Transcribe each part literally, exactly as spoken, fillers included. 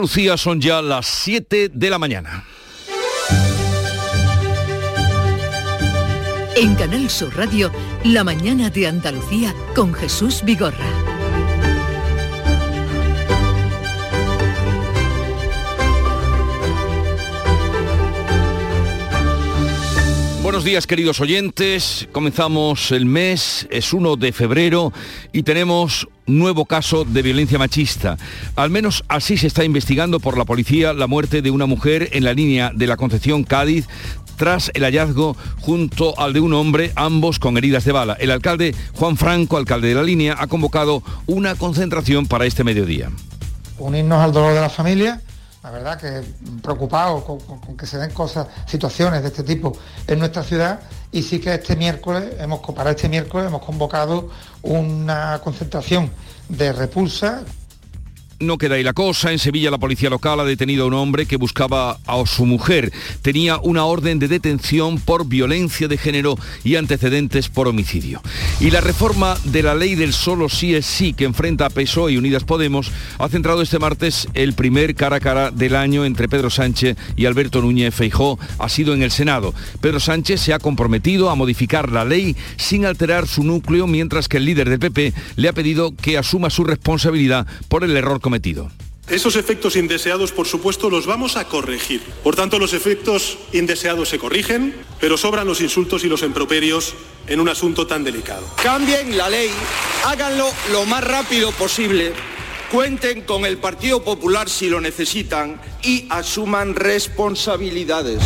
Lucía, son ya las siete de la mañana. En Canal Sur Radio, La mañana de Andalucía con Jesús Vigorra. Buenos días, queridos oyentes. Comenzamos el mes, es uno de febrero y tenemos nuevo caso de violencia machista. Al menos así se está investigando por la policía la muerte de una mujer en la línea de la Concepción, Cádiz, tras el hallazgo junto al de un hombre, ambos con heridas de bala. El alcalde Juan Franco, alcalde de la línea, ha convocado una concentración para este mediodía. Unirnos al dolor de la familia. La verdad que preocupado con, con, con que se den cosas, situaciones de este tipo en nuestra ciudad, y sí que este miércoles, hemos para este miércoles hemos convocado una concentración de repulsa. No queda ahí la cosa. En Sevilla la policía local ha detenido a un hombre que buscaba a su mujer. Tenía una orden de detención por violencia de género y antecedentes por homicidio. Y la reforma de la ley del solo sí es sí, que enfrenta a P S O E y Unidas Podemos, ha centrado este martes el primer cara a cara del año entre Pedro Sánchez y Alberto Núñez Feijóo. Ha sido en el Senado. Pedro Sánchez se ha comprometido a modificar la ley sin alterar su núcleo, mientras que el líder del P P le ha pedido que asuma su responsabilidad por el error cometido. Esos efectos indeseados, por supuesto, los vamos a corregir. Por tanto, los efectos indeseados se corrigen, pero sobran los insultos y los improperios en un asunto tan delicado. Cambien la ley, háganlo lo más rápido posible, cuenten con el Partido Popular si lo necesitan y asuman responsabilidades.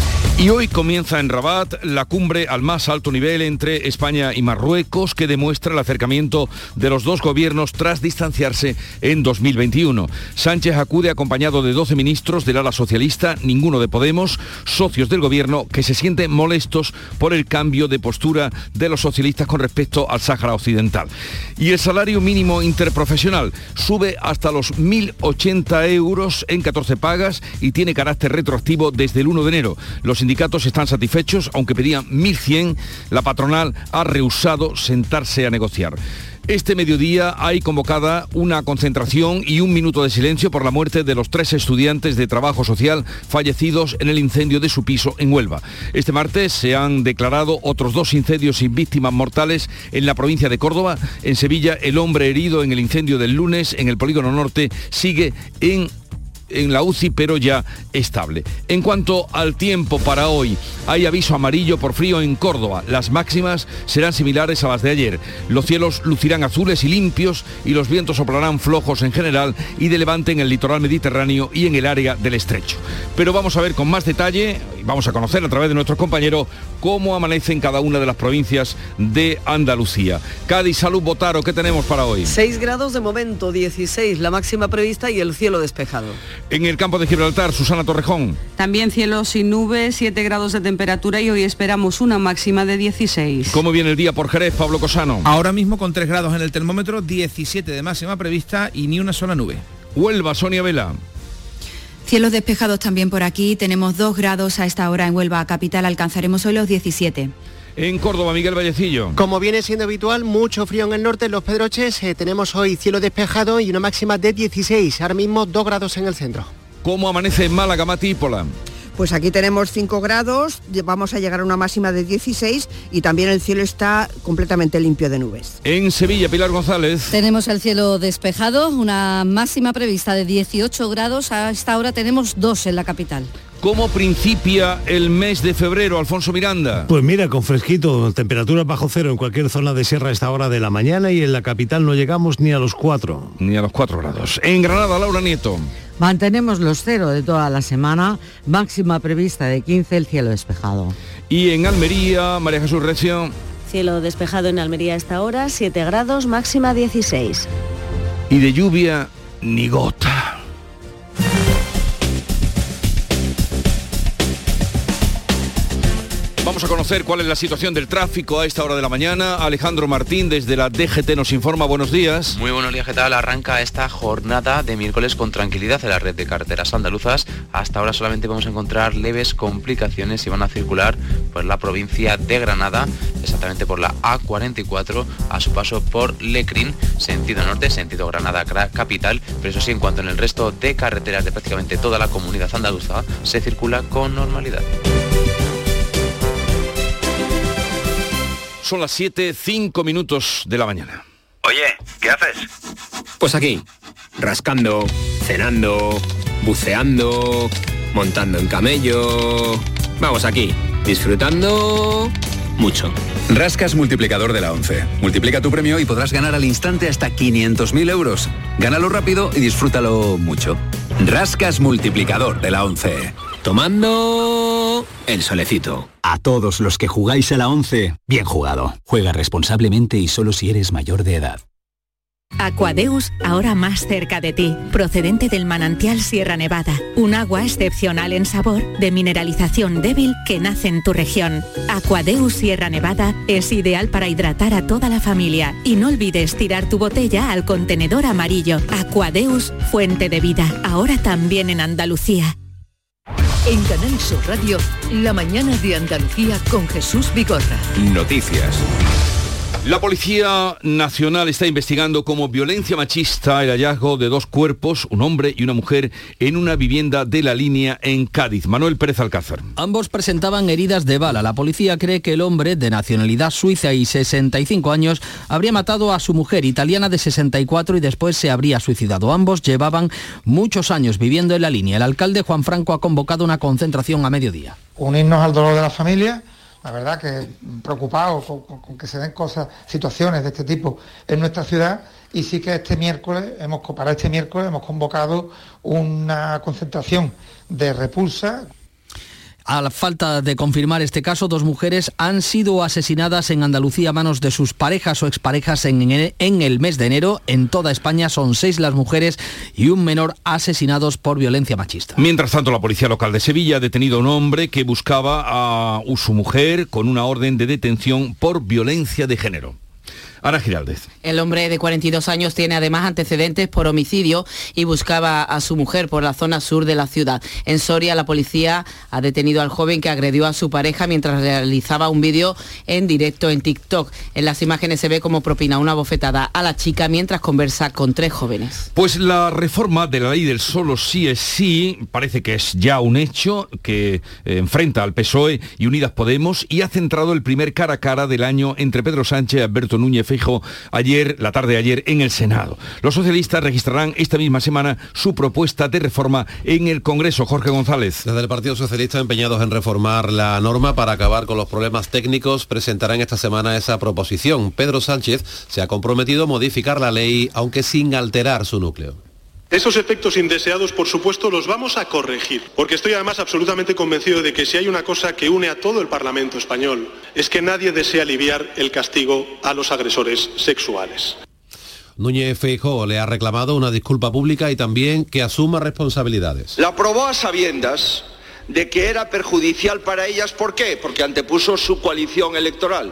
Y hoy comienza en Rabat la cumbre al más alto nivel entre España y Marruecos, que demuestra el acercamiento de los dos gobiernos tras distanciarse en dos mil veintiuno. Sánchez acude acompañado de doce ministros del ala socialista, ninguno de Podemos, socios del gobierno que se sienten molestos por el cambio de postura de los socialistas con respecto al Sáhara Occidental. Y el salario mínimo interprofesional sube hasta los mil ochenta euros en catorce pagas y tiene carácter retroactivo desde el uno de enero. Los sindicatos están satisfechos, aunque pedían mil cien, la patronal ha rehusado sentarse a negociar. Este mediodía hay convocada una concentración y un minuto de silencio por la muerte de los tres estudiantes de trabajo social fallecidos en el incendio de su piso en Huelva. Este martes se han declarado otros dos incendios sin víctimas mortales en la provincia de Córdoba. En Sevilla, el hombre herido en el incendio del lunes en el Polígono Norte sigue en en la U C I, pero ya estable. En cuanto al tiempo para hoy, hay aviso amarillo por frío en Córdoba. Las máximas serán similares a las de ayer. Los cielos lucirán azules y limpios y los vientos soplarán flojos en general y de levante en el litoral mediterráneo y en el área del estrecho. Pero vamos a ver con más detalle, vamos a conocer a través de nuestros compañeros cómo amanece en cada una de las provincias de Andalucía. Cádiz, Salud, Botaro, ¿qué tenemos para hoy? seis grados de momento, dieciséis la máxima prevista y el cielo despejado. En el campo de Gibraltar, Susana Torrejón. También cielo sin nubes, siete grados de temperatura y hoy esperamos una máxima de dieciséis. ¿Cómo viene el día por Jerez, Pablo Cosano? Ahora mismo con tres grados en el termómetro, diecisiete de máxima prevista y ni una sola nube. Huelva, Sonia Vela. Cielos despejados también por aquí, tenemos dos grados a esta hora en Huelva capital, alcanzaremos hoy los diecisiete. En Córdoba, Miguel Vallecillo. Como viene siendo habitual, mucho frío en el norte, en los Pedroches, eh, tenemos hoy cielo despejado y una máxima de dieciséis, ahora mismo dos grados en el centro. ¿Cómo amanece en Málaga, Mati Pola? Pues aquí tenemos cinco grados, vamos a llegar a una máxima de dieciséis y también el cielo está completamente limpio de nubes. En Sevilla, Pilar González. Tenemos el cielo despejado, una máxima prevista de dieciocho grados, a esta hora tenemos dos en la capital. ¿Cómo principia el mes de febrero, Alfonso Miranda? Pues mira, con fresquito, temperaturas bajo cero en cualquier zona de sierra a esta hora de la mañana y en la capital no llegamos ni a los cuatro. Ni a los cuatro grados. En Granada, Laura Nieto. Mantenemos los cero de toda la semana, máxima prevista de quince, el cielo despejado. Y en Almería, María Jesús Recio. Cielo despejado en Almería a esta hora, siete grados, máxima dieciséis. Y de lluvia, ni gota. Vamos a conocer cuál es la situación del tráfico a esta hora de la mañana. Alejandro Martín desde la D G T nos informa. Buenos días. Muy buenos días, ¿qué tal? Arranca esta jornada de miércoles con tranquilidad en la red de carreteras andaluzas. Hasta ahora solamente vamos a encontrar leves complicaciones y van a circular por la provincia de Granada. exactamente por la A cuarenta y cuatro a su paso por Lecrín, sentido norte, sentido Granada capital, pero eso sí, en cuanto en el resto de carreteras de prácticamente toda la comunidad andaluza se circula con normalidad. Son las siete, cinco minutos de la mañana. Oye, ¿qué haces? Pues aquí, rascando, cenando, buceando, montando en camello. Vamos aquí, disfrutando mucho. Rascas multiplicador de la ONCE. Multiplica tu premio y podrás ganar al instante hasta quinientos mil euros. Gánalo rápido y disfrútalo mucho. Rascas multiplicador de la ONCE. Tomando el solecito. A todos los que jugáis a la ONCE, bien jugado. Juega responsablemente y solo si eres mayor de edad. Aquadeus, ahora más cerca de ti, procedente del manantial Sierra Nevada, un agua excepcional en sabor, de mineralización débil que nace en tu región. Aquadeus Sierra Nevada es ideal para hidratar a toda la familia y no olvides tirar tu botella al contenedor amarillo. Aquadeus, fuente de vida, ahora también en Andalucía. En Canal Sur Radio, la mañana de Andalucía con Jesús Vigorra. Noticias. La Policía Nacional está investigando como violencia machista el hallazgo de dos cuerpos, un hombre y una mujer, en una vivienda de La Línea en Cádiz. Manuel Pérez Alcázar. Ambos presentaban heridas de bala. La policía cree que el hombre, de nacionalidad suiza y sesenta y cinco años, habría matado a su mujer italiana de sesenta y cuatro y después se habría suicidado. Ambos llevaban muchos años viviendo en La Línea. El alcalde Juan Franco ha convocado una concentración a mediodía. Unirnos al dolor de la familia. La verdad que preocupado con, con, con que se den cosas, situaciones de este tipo en nuestra ciudad, y sí que este miércoles, hemos para este miércoles hemos convocado una concentración de repulsa. A la falta de confirmar este caso, dos mujeres han sido asesinadas en Andalucía a manos de sus parejas o exparejas en, en el mes de enero. En toda España son seis las mujeres y un menor asesinados por violencia machista. Mientras tanto, la policía local de Sevilla ha detenido a un hombre que buscaba a su mujer con una orden de detención por violencia de género. Ana Giraldez. El hombre de cuarenta y dos años tiene además antecedentes por homicidio y buscaba a su mujer por la zona sur de la ciudad. En Soria, la policía ha detenido al joven que agredió a su pareja mientras realizaba un vídeo en directo en TikTok. En las imágenes se ve cómo propina una bofetada a la chica mientras conversa con tres jóvenes. Pues la reforma de la ley del solo sí es sí parece que es ya un hecho que eh, enfrenta al P S O E y Unidas Podemos y ha centrado el primer cara a cara del año entre Pedro Sánchez y Alberto Núñez Feijóo ayer, la tarde de ayer, en el Senado. Los socialistas registrarán esta misma semana su propuesta de reforma en el Congreso. Jorge González. Desde el Partido Socialista, empeñados en reformar la norma para acabar con los problemas técnicos, presentarán esta semana esa proposición. Pedro Sánchez se ha comprometido a modificar la ley, aunque sin alterar su núcleo. Esos efectos indeseados, por supuesto, los vamos a corregir, porque estoy además absolutamente convencido de que si hay una cosa que une a todo el Parlamento español, es que nadie desea aliviar el castigo a los agresores sexuales. Núñez Feijóo le ha reclamado una disculpa pública y también que asuma responsabilidades. La aprobó a sabiendas de que era perjudicial para ellas. ¿Por qué? Porque antepuso su coalición electoral.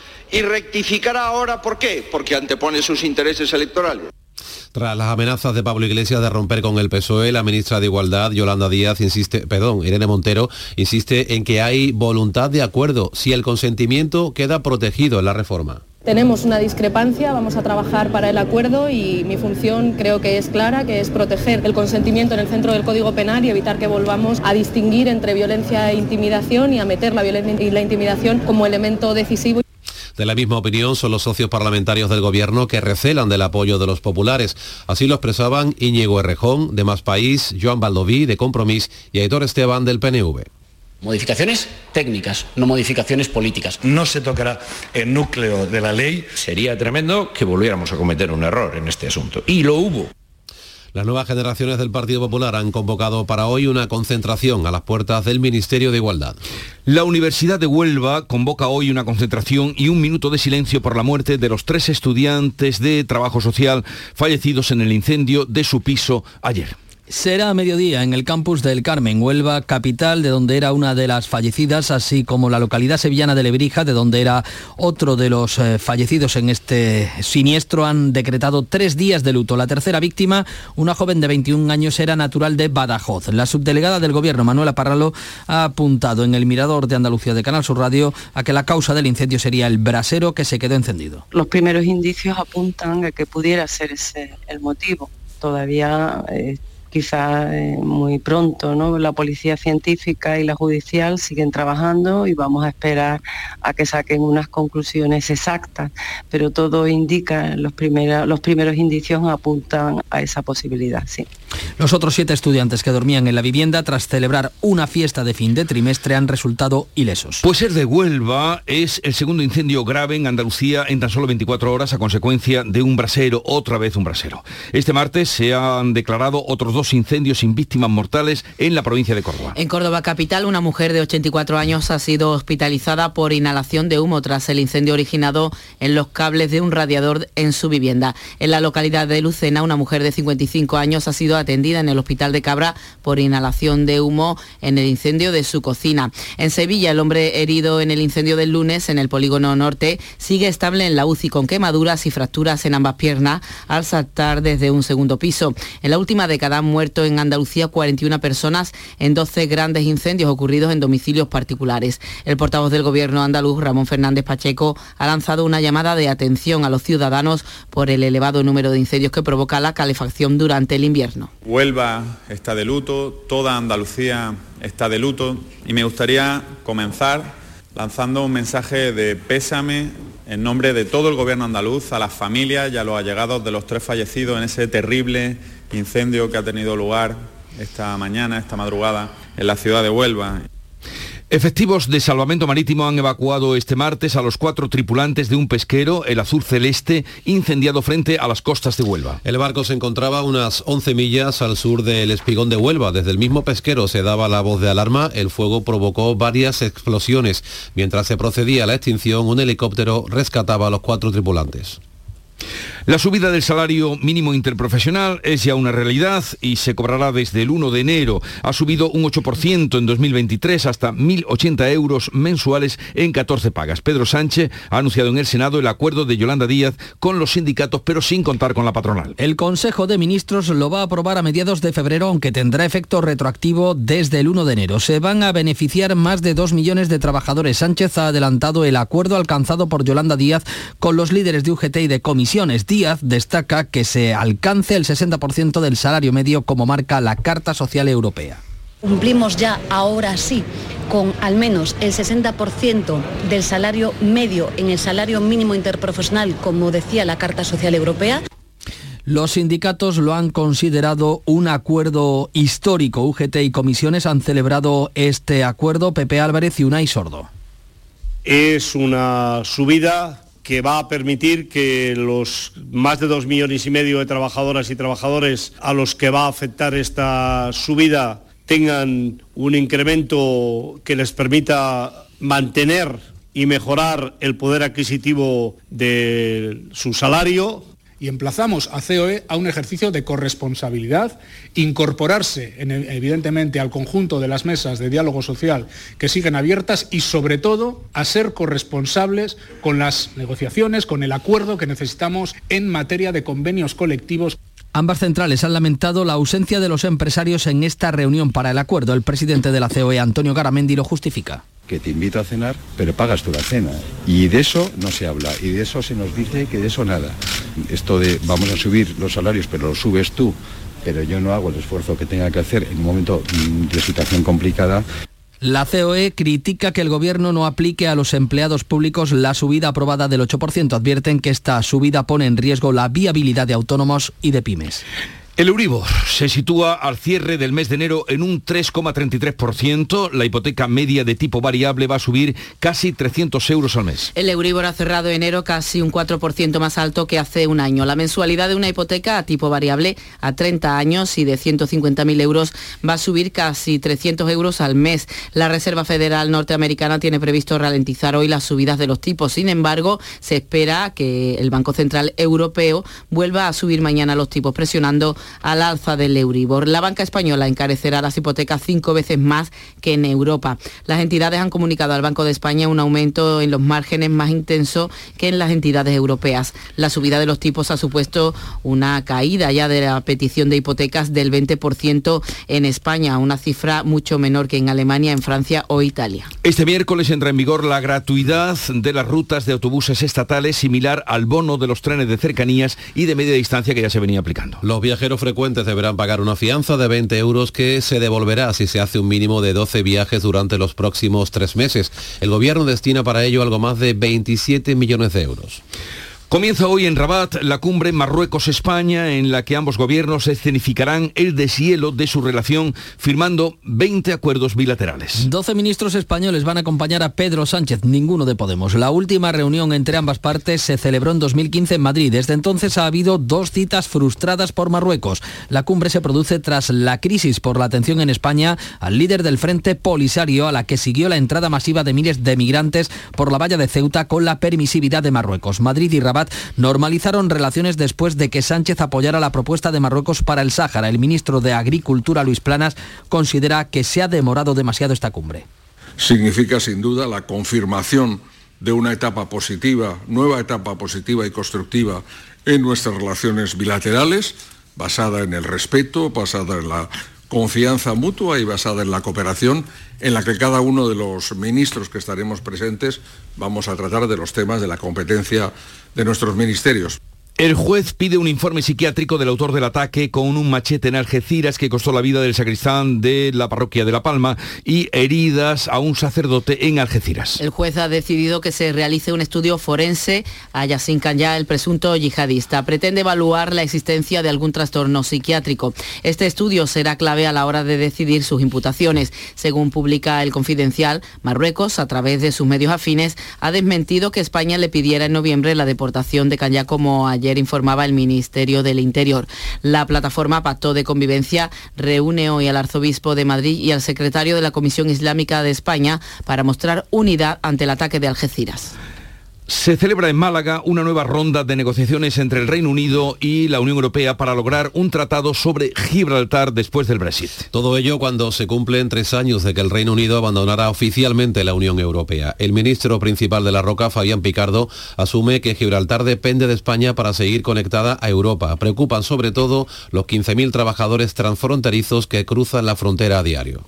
Y rectificará ahora, ¿por qué? Porque antepone sus intereses electorales. Tras las amenazas de Pablo Iglesias de romper con el P S O E, la ministra de Igualdad, Yolanda Díaz, insiste, perdón, Irene Montero, insiste en que hay voluntad de acuerdo si el consentimiento queda protegido en la reforma. Tenemos una discrepancia, vamos a trabajar para el acuerdo y mi función creo que es clara, que es proteger el consentimiento en el centro del Código Penal y evitar que volvamos a distinguir entre violencia e intimidación y a meter la violencia y la intimidación como elemento decisivo. De la misma opinión son los socios parlamentarios del Gobierno que recelan del apoyo de los populares. Así lo expresaban Íñigo Errejón, de Más País, Joan Baldoví, de Compromís, y Aitor Esteban, del P N V. Modificaciones técnicas, no modificaciones políticas. No se tocará el núcleo de la ley. Sería tremendo que volviéramos a cometer un error en este asunto. Y lo hubo. Las nuevas generaciones del Partido Popular han convocado para hoy una concentración a las puertas del Ministerio de Igualdad. La Universidad de Huelva convoca hoy una concentración y un minuto de silencio por la muerte de los tres estudiantes de trabajo social fallecidos en el incendio de su piso ayer. Será a mediodía en el campus del Carmen, Huelva, capital, de donde era una de las fallecidas, así como la localidad sevillana de Lebrija, de donde era otro de los eh, fallecidos en este siniestro. Han decretado tres días de luto. La tercera víctima, una joven de veintiún años, era natural de Badajoz. La subdelegada del Gobierno, Manuela Parralo, ha apuntado en el Mirador de Andalucía de Canal Sur Radio a que la causa del incendio sería el brasero que se quedó encendido. Los primeros indicios apuntan a que pudiera ser ese el motivo. Todavía eh, quizás eh, muy pronto, ¿no? La policía científica y la judicial siguen trabajando y vamos a esperar a que saquen unas conclusiones exactas, pero todo indica, los, primera, los primeros indicios apuntan a esa posibilidad, sí. Los otros siete estudiantes que dormían en la vivienda tras celebrar una fiesta de fin de trimestre han resultado ilesos. Pues ser de Huelva es el segundo incendio grave en Andalucía en tan solo veinticuatro horas a consecuencia de un brasero, otra vez un brasero. Este martes se han declarado otros dos incendios sin víctimas mortales en la provincia de Córdoba. En Córdoba capital, una mujer de ochenta y cuatro años ha sido hospitalizada por inhalación de humo tras el incendio originado en los cables de un radiador en su vivienda. En la localidad de Lucena, una mujer de cincuenta y cinco años ha sido atendida en el hospital de Cabra por inhalación de humo en el incendio de su cocina. En Sevilla, el hombre herido en el incendio del lunes en el polígono norte sigue estable en la U C I con quemaduras y fracturas en ambas piernas al saltar desde un segundo piso. En la última década han muerto en Andalucía cuarenta y una personas en doce grandes incendios ocurridos en domicilios particulares. El portavoz del Gobierno andaluz, Ramón Fernández Pacheco, ha lanzado una llamada de atención a los ciudadanos por el elevado número de incendios que provoca la calefacción durante el invierno. Huelva está de luto, toda Andalucía está de luto y me gustaría comenzar lanzando un mensaje de pésame en nombre de todo el Gobierno andaluz a las familias y a los allegados de los tres fallecidos en ese terrible incendio que ha tenido lugar esta mañana, esta madrugada, en la ciudad de Huelva. Efectivos de salvamento marítimo han evacuado este martes a los cuatro tripulantes de un pesquero, el Azur Celeste, incendiado frente a las costas de Huelva. El barco se encontraba a unas once millas al sur del Espigón de Huelva. Desde el mismo pesquero se daba la voz de alarma. El fuego provocó varias explosiones. Mientras se procedía a la extinción, un helicóptero rescataba a los cuatro tripulantes. La subida del salario mínimo interprofesional es ya una realidad y se cobrará desde el uno de enero. Ha subido un ocho por ciento en dos mil veintitrés hasta mil ochenta euros mensuales en catorce pagas. Pedro Sánchez ha anunciado en el Senado el acuerdo de Yolanda Díaz con los sindicatos, pero sin contar con la patronal. El Consejo de Ministros lo va a aprobar a mediados de febrero, aunque tendrá efecto retroactivo desde el uno de enero. Se van a beneficiar más de dos millones de trabajadores. Sánchez ha adelantado el acuerdo alcanzado por Yolanda Díaz con los líderes de U G T y de comisiones. Díaz destaca que se alcance el sesenta por ciento del salario medio como marca la Carta Social Europea. Cumplimos ya ahora sí con al menos el sesenta por ciento del salario medio en el salario mínimo interprofesional, como decía la Carta Social Europea. Los sindicatos lo han considerado un acuerdo histórico. U G T y comisiones han celebrado este acuerdo. Pepe Álvarez y Unai Sordo. Es una subida que va a permitir que los más de dos millones y medio de trabajadoras y trabajadores a los que va a afectar esta subida tengan un incremento que les permita mantener y mejorar el poder adquisitivo de su salario. Y emplazamos a C O E a un ejercicio de corresponsabilidad, incorporarse en, evidentemente al conjunto de las mesas de diálogo social que siguen abiertas y sobre todo a ser corresponsables con las negociaciones, con el acuerdo que necesitamos en materia de convenios colectivos. Ambas centrales han lamentado la ausencia de los empresarios en esta reunión para el acuerdo. El presidente de la C O E, Antonio Garamendi, lo justifica. Que te invito a cenar, pero pagas tú la cena. Y de eso no se habla, y de eso se nos dice que de eso nada. Esto de vamos a subir los salarios, pero los subes tú, pero yo no hago el esfuerzo que tenga que hacer en un momento de situación complicada. La C O E critica que el Gobierno no aplique a los empleados públicos la subida aprobada del ocho por ciento. Advierten que esta subida pone en riesgo la viabilidad de autónomos y de pymes. El Euribor se sitúa al cierre del mes de enero en un tres coma treinta y tres por ciento. La hipoteca media de tipo variable va a subir casi trescientos euros al mes. El Euribor ha cerrado enero casi un cuatro por ciento más alto que hace un año. La mensualidad de una hipoteca a tipo variable a treinta años y de ciento cincuenta mil euros va a subir casi trescientos euros al mes. La Reserva Federal norteamericana tiene previsto ralentizar hoy las subidas de los tipos. Sin embargo, se espera que el Banco Central Europeo vuelva a subir mañana los tipos, presionando al alza del Euribor. La banca española encarecerá las hipotecas cinco veces más que en Europa. Las entidades han comunicado al Banco de España un aumento en los márgenes más intenso que en las entidades europeas. La subida de los tipos ha supuesto una caída ya de la petición de hipotecas del veinte por ciento en España, una cifra mucho menor que en Alemania, en Francia o Italia. Este miércoles entra en vigor la gratuidad de las rutas de autobuses estatales, similar al bono de los trenes de cercanías y de media distancia que ya se venía aplicando. Los viajeros frecuentes deberán pagar una fianza de veinte euros que se devolverá si se hace un mínimo de doce viajes durante los próximos tres meses. El gobierno destina para ello algo más de veintisiete millones de euros. Comienza hoy en Rabat la cumbre Marruecos-España, en la que ambos gobiernos escenificarán el deshielo de su relación, firmando veinte acuerdos bilaterales. doce ministros españoles van a acompañar a Pedro Sánchez, ninguno de Podemos. La última reunión entre ambas partes se celebró en dos mil quince en Madrid. Desde entonces ha habido dos citas frustradas por Marruecos. La cumbre se produce tras la crisis por la atención en España al líder del Frente Polisario, a la que siguió la entrada masiva de miles de migrantes por la valla de Ceuta con la permisividad de Marruecos. Madrid y Rabat normalizaron relaciones después de que Sánchez apoyara la propuesta de Marruecos para el Sáhara. El ministro de Agricultura, Luis Planas, considera que se ha demorado demasiado esta cumbre. Significa sin duda la confirmación de una etapa positiva, nueva etapa positiva y constructiva en nuestras relaciones bilaterales, basada en el respeto, basada en la confianza mutua y basada en la cooperación, en la que cada uno de los ministros que estaremos presentes vamos a tratar de los temas de la competencia de nuestros ministerios. El juez pide un informe psiquiátrico del autor del ataque con un machete en Algeciras que costó la vida del sacristán de la parroquia de La Palma y heridas a un sacerdote en Algeciras. El juez ha decidido que se realice un estudio forense a Yassin Kanya, el presunto yihadista. Pretende evaluar la existencia de algún trastorno psiquiátrico. Este estudio será clave a la hora de decidir sus imputaciones. Según publica El Confidencial, Marruecos, a través de sus medios afines, ha desmentido que España le pidiera en noviembre la deportación de Kanya, como ayer informaba el Ministerio del Interior. La plataforma Pacto de Convivencia reúne hoy al arzobispo de Madrid y al secretario de la Comisión Islámica de España para mostrar unidad ante el ataque de Algeciras. Se celebra en Málaga una nueva ronda de negociaciones entre el Reino Unido y la Unión Europea para lograr un tratado sobre Gibraltar después del Brexit. Todo ello cuando se cumplen tres años de que el Reino Unido abandonara oficialmente la Unión Europea. El ministro principal de La Roca, Fabián Picardo, asume que Gibraltar depende de España para seguir conectada a Europa. Preocupan sobre todo los quince mil trabajadores transfronterizos que cruzan la frontera a diario.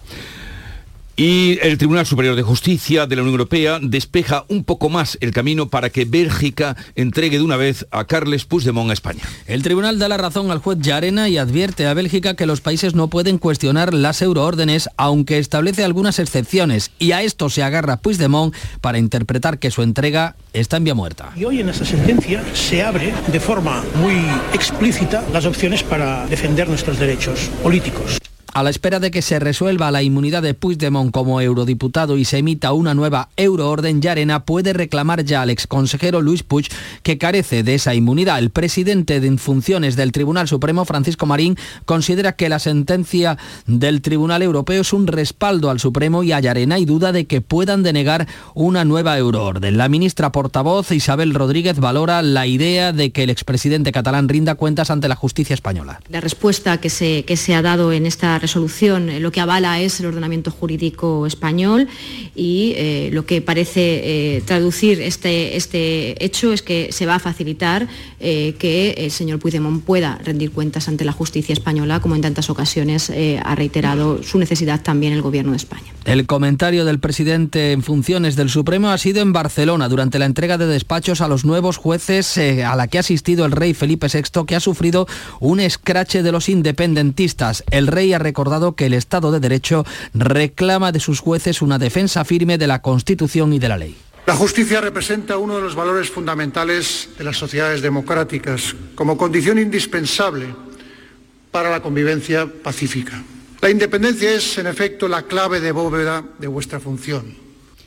Y el Tribunal Superior de Justicia de la Unión Europea despeja un poco más el camino para que Bélgica entregue de una vez a Carles Puigdemont a España. El tribunal da la razón al juez Llarena y advierte a Bélgica que los países no pueden cuestionar las euroórdenes, aunque establece algunas excepciones. Y a esto se agarra Puigdemont para interpretar que su entrega está en vía muerta. Y hoy en esta sentencia se abre de forma muy explícita las opciones para defender nuestros derechos políticos. A la espera de que se resuelva la inmunidad de Puigdemont como eurodiputado y se emita una nueva euroorden, Llarena puede reclamar ya al exconsejero Luis Puig, que carece de esa inmunidad. El presidente de funciones del Tribunal Supremo, Francisco Marín, considera que la sentencia del Tribunal Europeo es un respaldo al Supremo y a Llarena y duda de que puedan denegar una nueva euroorden. La ministra portavoz, Isabel Rodríguez, valora la idea de que el expresidente catalán rinda cuentas ante la justicia española. La respuesta que se, que se ha dado en esta resolución eh, lo que avala es el ordenamiento jurídico español y eh, lo que parece eh, traducir este, este hecho es que se va a facilitar eh, que el señor Puigdemont pueda rendir cuentas ante la justicia española, como en tantas ocasiones eh, ha reiterado su necesidad también el Gobierno de España. El comentario del presidente en funciones del Supremo ha sido en Barcelona durante la entrega de despachos a los nuevos jueces eh, a la que ha asistido el rey Felipe sexto, que ha sufrido un escrache de los independentistas. El rey ha recordado que el Estado de Derecho reclama de sus jueces una defensa firme de la Constitución y de la ley. La justicia representa uno de los valores fundamentales de las sociedades democráticas, como condición indispensable para la convivencia pacífica. La independencia es, en efecto, la clave de bóveda de vuestra función.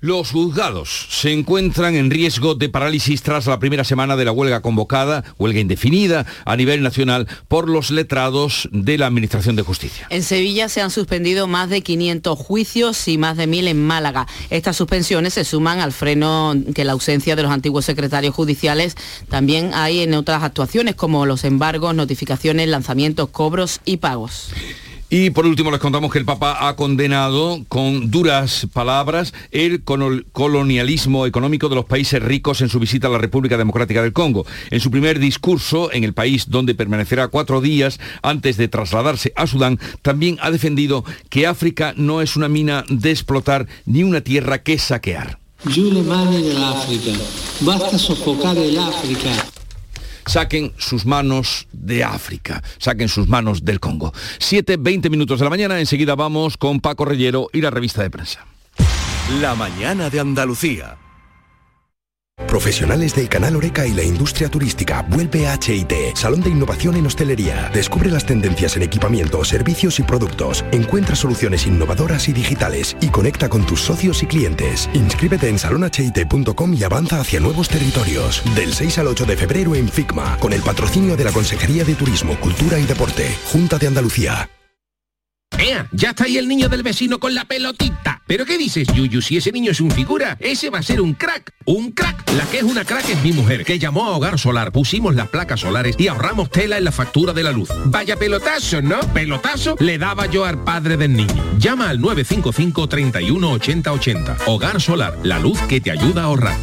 Los juzgados se encuentran en riesgo de parálisis tras la primera semana de la huelga convocada, huelga indefinida, a nivel nacional por los letrados de la Administración de Justicia. En Sevilla se han suspendido más de quinientos juicios y más de mil en Málaga. Estas suspensiones se suman al freno que la ausencia de los antiguos secretarios judiciales también hay en otras actuaciones, como los embargos, notificaciones, lanzamientos, cobros y pagos. Y por último les contamos que el Papa ha condenado con duras palabras el colonialismo económico de los países ricos en su visita a la República Democrática del Congo. En su primer discurso en el país, donde permanecerá cuatro días antes de trasladarse a Sudán, también ha defendido que África no es una mina de explotar ni una tierra que saquear. Giù le mani dell'Africa, basta sofocar el África. Saquen sus manos de África, saquen sus manos del Congo. siete, veinte minutos de la mañana, enseguida vamos con Paco Reyero y la revista de prensa. La mañana de Andalucía. Profesionales del canal Horeca y la industria turística. Vuelve a H I T, Salón de Innovación en Hostelería. Descubre las tendencias en equipamiento, servicios y productos. Encuentra soluciones innovadoras y digitales y conecta con tus socios y clientes. Inscríbete en salon h i t punto com y avanza hacia nuevos territorios. Del seis al ocho de febrero en FICMA, con el patrocinio de la Consejería de Turismo, Cultura y Deporte, Junta de Andalucía. ¡Ea! Ya está ahí el niño del vecino con la pelotita. ¿Pero qué dices, Yuyu? Si ese niño es un figura, ese va a ser un crack. ¡Un crack! La que es una crack es mi mujer, que llamó a Hogar Solar, pusimos las placas solares y ahorramos tela en la factura de la luz. Vaya pelotazo, ¿no? Pelotazo le daba yo al padre del niño. Llama al nueve cinco cinco, treinta y uno, ochenta ochenta. Hogar Solar, la luz que te ayuda a ahorrar.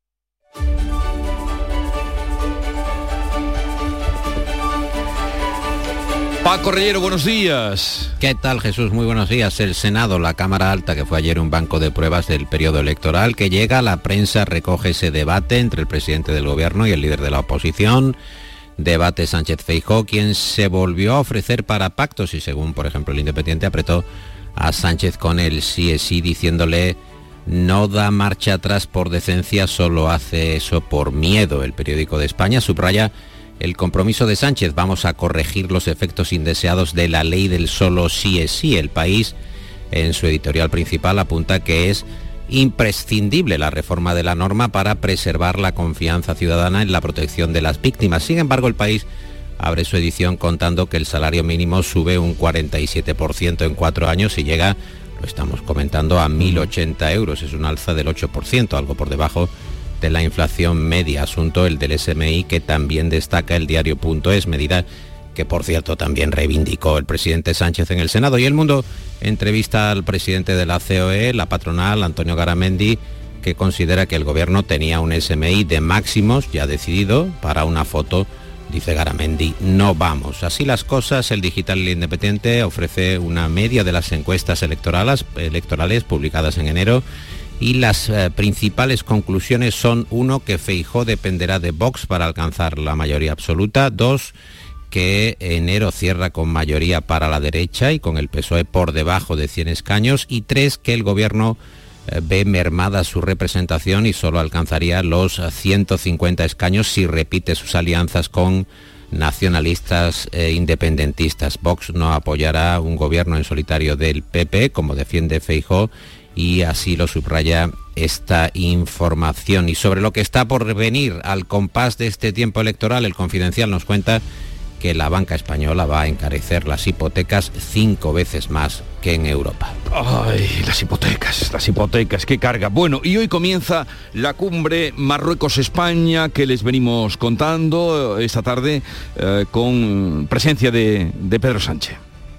Paco Reyero, buenos días. ¿Qué tal, Jesús? Muy buenos días. El Senado, la Cámara Alta, que fue ayer un banco de pruebas del periodo electoral que llega, la prensa recoge ese debate entre el presidente del gobierno y el líder de la oposición. Debate Sánchez-Feijóo, quien se volvió a ofrecer para pactos y, según, por ejemplo, el Independiente, apretó a Sánchez con el sí es sí, diciéndole: no da marcha atrás por decencia, solo hace eso por miedo. El Periódico de España subraya el compromiso de Sánchez: vamos a corregir los efectos indeseados de la ley del solo sí es sí. El País, en su editorial principal, apunta que es imprescindible la reforma de la norma para preservar la confianza ciudadana en la protección de las víctimas. Sin embargo, El País abre su edición contando que el salario mínimo sube un cuarenta y siete por ciento en cuatro años y llega, lo estamos comentando, a mil ochenta euros. Es un alza del ocho por ciento, algo por debajo de la inflación media, asunto el del S M I que también destaca el diario.es, medida que por cierto también reivindicó el presidente Sánchez en el Senado. Y El Mundo entrevista al presidente de la C O E, la patronal, Antonio Garamendi, que considera que el gobierno tenía un S M I de máximos ya decidido. Para una foto, dice Garamendi, no vamos. Así las cosas, el digital El Independiente ofrece una media de las encuestas electorales, electorales publicadas en enero. Y las eh, principales conclusiones son: uno, que Feijóo dependerá de Vox para alcanzar la mayoría absoluta; dos, que enero cierra con mayoría para la derecha y con el P S O E por debajo de cien escaños; y tres, que el gobierno eh, ve mermada su representación y solo alcanzaría los ciento cincuenta escaños si repite sus alianzas con nacionalistas e independentistas. Vox no apoyará un gobierno en solitario del P P, como defiende Feijóo, y así lo subraya esta información. Y sobre lo que está por venir al compás de este tiempo electoral, El Confidencial nos cuenta que la banca española va a encarecer las hipotecas cinco veces más que en Europa. Ay, las hipotecas, las hipotecas, qué carga. Bueno, y hoy comienza la cumbre Marruecos-España que les venimos contando esta tarde eh, con presencia de, de Pedro Sánchez.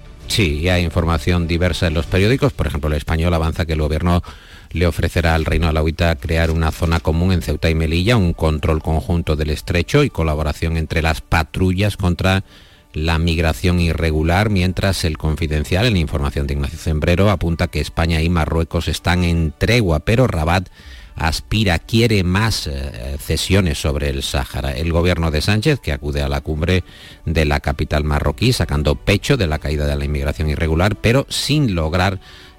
Sí, hay información diversa en los periódicos. Por ejemplo, El Español avanza que el gobierno le ofrecerá al Reino Alauita crear una zona común en Ceuta y Melilla, un control conjunto del estrecho y colaboración entre las patrullas contra la migración irregular, mientras El Confidencial, en información de Ignacio Cembrero, apunta que España y Marruecos están en tregua, pero Rabat aspira, quiere más eh, cesiones sobre el Sáhara. El gobierno de Sánchez, que acude a la cumbre de la capital marroquí, sacando pecho de la caída de la inmigración irregular, pero sin lograr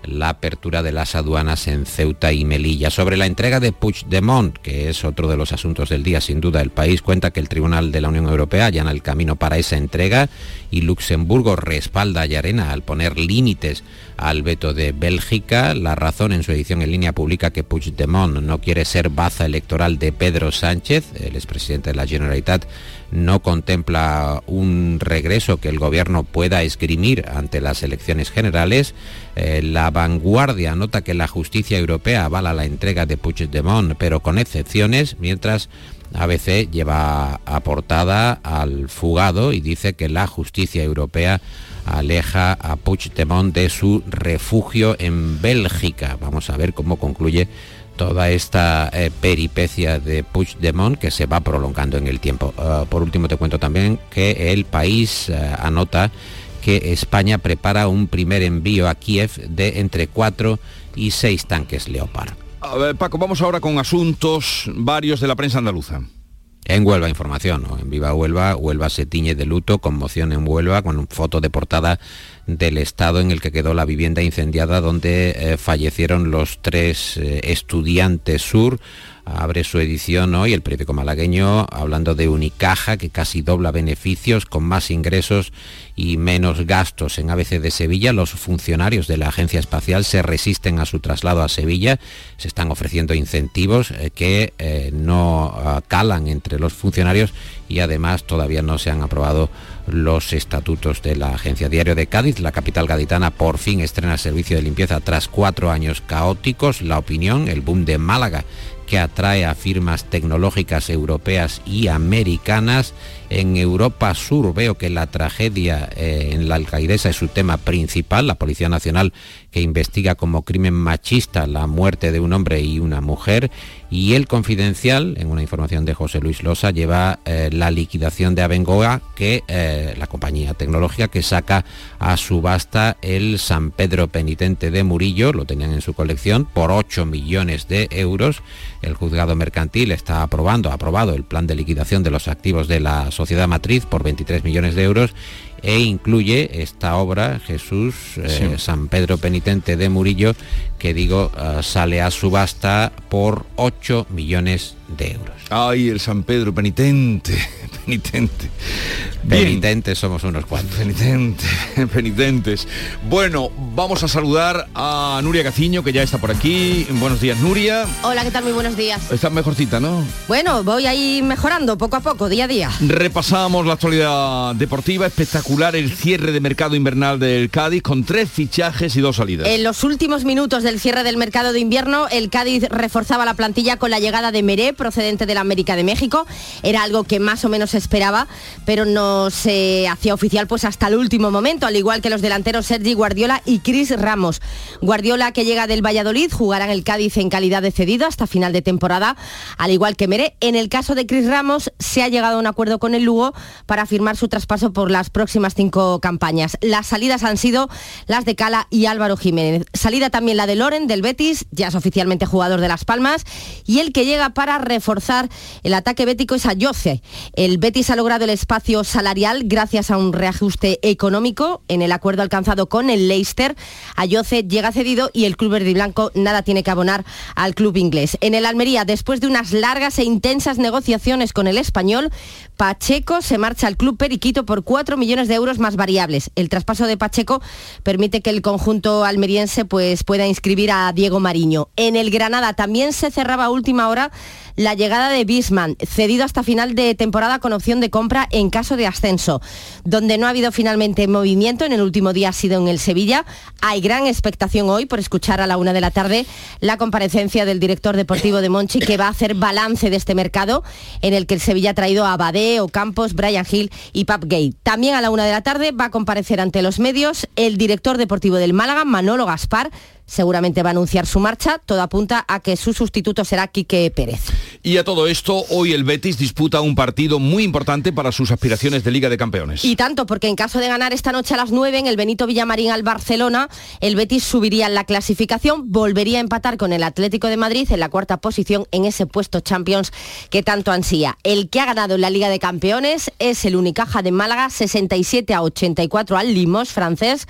la apertura de las aduanas en Ceuta y Melilla. Sobre la entrega de Puigdemont, que es otro de los asuntos del día, sin duda, el País cuenta que el Tribunal de la Unión Europea allana el camino para esa entrega y Luxemburgo respalda a Llarena al poner límites al veto de Bélgica. La Razón, en su edición en línea, publica que Puigdemont no quiere ser baza electoral de Pedro Sánchez. El expresidente de la Generalitat no contempla un regreso que el gobierno pueda esgrimir ante las elecciones generales. Eh, la Vanguardia anota que la justicia europea avala la entrega de Puigdemont, pero con excepciones, mientras A B C lleva a portada al fugado y dice que la justicia europea aleja a Puigdemont de su refugio en Bélgica. Vamos a ver cómo concluye toda esta eh, peripecia de Puigdemont, que se va prolongando en el tiempo. Uh, por último, te cuento también que El País uh, anota que España prepara un primer envío a Kiev de entre cuatro y seis tanques Leopard. A ver, Paco, vamos ahora con asuntos varios de la prensa andaluza. En Huelva, información, ¿no? En Viva Huelva, Huelva se tiñe de luto, conmoción en Huelva, con foto de portada del estado en el que quedó la vivienda incendiada donde eh, fallecieron los tres eh, estudiantes sur. Abre su edición hoy el periódico malagueño hablando de Unicaja, que casi dobla beneficios con más ingresos y menos gastos. En A B C de Sevilla, los funcionarios de la Agencia Espacial se resisten a su traslado a Sevilla. Se están ofreciendo incentivos eh, que eh, no uh, calan entre los funcionarios y además todavía no se han aprobado los estatutos de la agencia. Diario de Cádiz, la capital gaditana por fin estrena servicio de limpieza tras cuatro años caóticos. La Opinión, el boom de Málaga, que atrae a firmas tecnológicas europeas y americanas. En Europa Sur veo que la tragedia eh, en la Alcaidesa es su tema principal. La Policía Nacional, que investiga como crimen machista la muerte de un hombre y una mujer. Y El Confidencial, en una información de José Luis Losa, lleva eh, la liquidación de Abengoa, que eh, la compañía tecnológica que saca a subasta el San Pedro penitente de Murillo. Lo tenían en su colección por ocho millones de euros. El juzgado mercantil está aprobando, ha aprobado el plan de liquidación de los activos de la sociedad matriz por veintitrés millones de euros e incluye esta obra, Jesús, eh, sí. San Pedro penitente de Murillo, que digo, uh, sale a subasta por ocho millones de euros. Ay, el San Pedro penitente, penitente. Penitentes somos unos cuantos. Penitentes, penitentes. Bueno, vamos a saludar a Nuria Gaciño, que ya está por aquí. Buenos días, Nuria. Hola, ¿qué tal? Muy buenos días. Estás mejorcita, ¿no? Bueno, voy ahí mejorando poco a poco, día a día. Repasamos la actualidad deportiva. Espectacular el cierre de mercado invernal del Cádiz, con tres fichajes y dos salidas. En los últimos minutos del cierre del mercado de invierno, el Cádiz reforzaba la plantilla con la llegada de Meré, procedente de la América de México. Era algo que más o menos se esperaba, pero no se hacía oficial pues hasta el último momento, al igual que los delanteros Sergi Guardiola y Cris Ramos. Guardiola, que llega del Valladolid, jugará en el Cádiz en calidad de cedido hasta final de temporada, al igual que Meré. En el caso de Cris Ramos, se ha llegado a un acuerdo con el Lugo para firmar su traspaso por las próximas cinco campañas. Las salidas han sido las de Cala y Álvaro Jiménez. Salida también la de Loren, del Betis, ya es oficialmente jugador de Las Palmas, y el que llega para reforzar el ataque bético es Ayoce. El Betis ha logrado el espacio salarial gracias a un reajuste económico en el acuerdo alcanzado con el Leicester. Ayoce llega cedido y el club verde y blanco nada tiene que abonar al club inglés. En el Almería, después de unas largas e intensas negociaciones con el Español, Pacheco se marcha al club periquito por cuatro millones de euros más variables. El traspaso de Pacheco permite que el conjunto almeriense pues, pueda inscribir a Diego Mariño. En el Granada también se cerraba a última hora la llegada de Bisman, cedido hasta final de temporada con opción de compra en caso de ascenso. Donde no ha habido finalmente movimiento en el último día ha sido en el Sevilla. Hay gran expectación hoy por escuchar a la una de la tarde la comparecencia del director deportivo de Monchi, que va a hacer balance de este mercado en el que el Sevilla ha traído a Badé, Ocampos, Brian Hill y Pap Gay. También a la una de la tarde va a comparecer ante los medios el director deportivo del Málaga, Manolo Gaspar. Seguramente va a anunciar su marcha. Todo apunta a que su sustituto será Quique Pérez. Y a todo esto, hoy el Betis disputa un partido muy importante para sus aspiraciones de Liga de Campeones. Y tanto, porque en caso de ganar esta noche a las nueve en el Benito Villamarín al Barcelona, el Betis subiría en la clasificación, volvería a empatar con el Atlético de Madrid en la cuarta posición en ese puesto Champions que tanto ansía. El que ha ganado en la Liga de Campeones es el Unicaja de Málaga, sesenta y siete a ochenta y cuatro al Limoges francés, con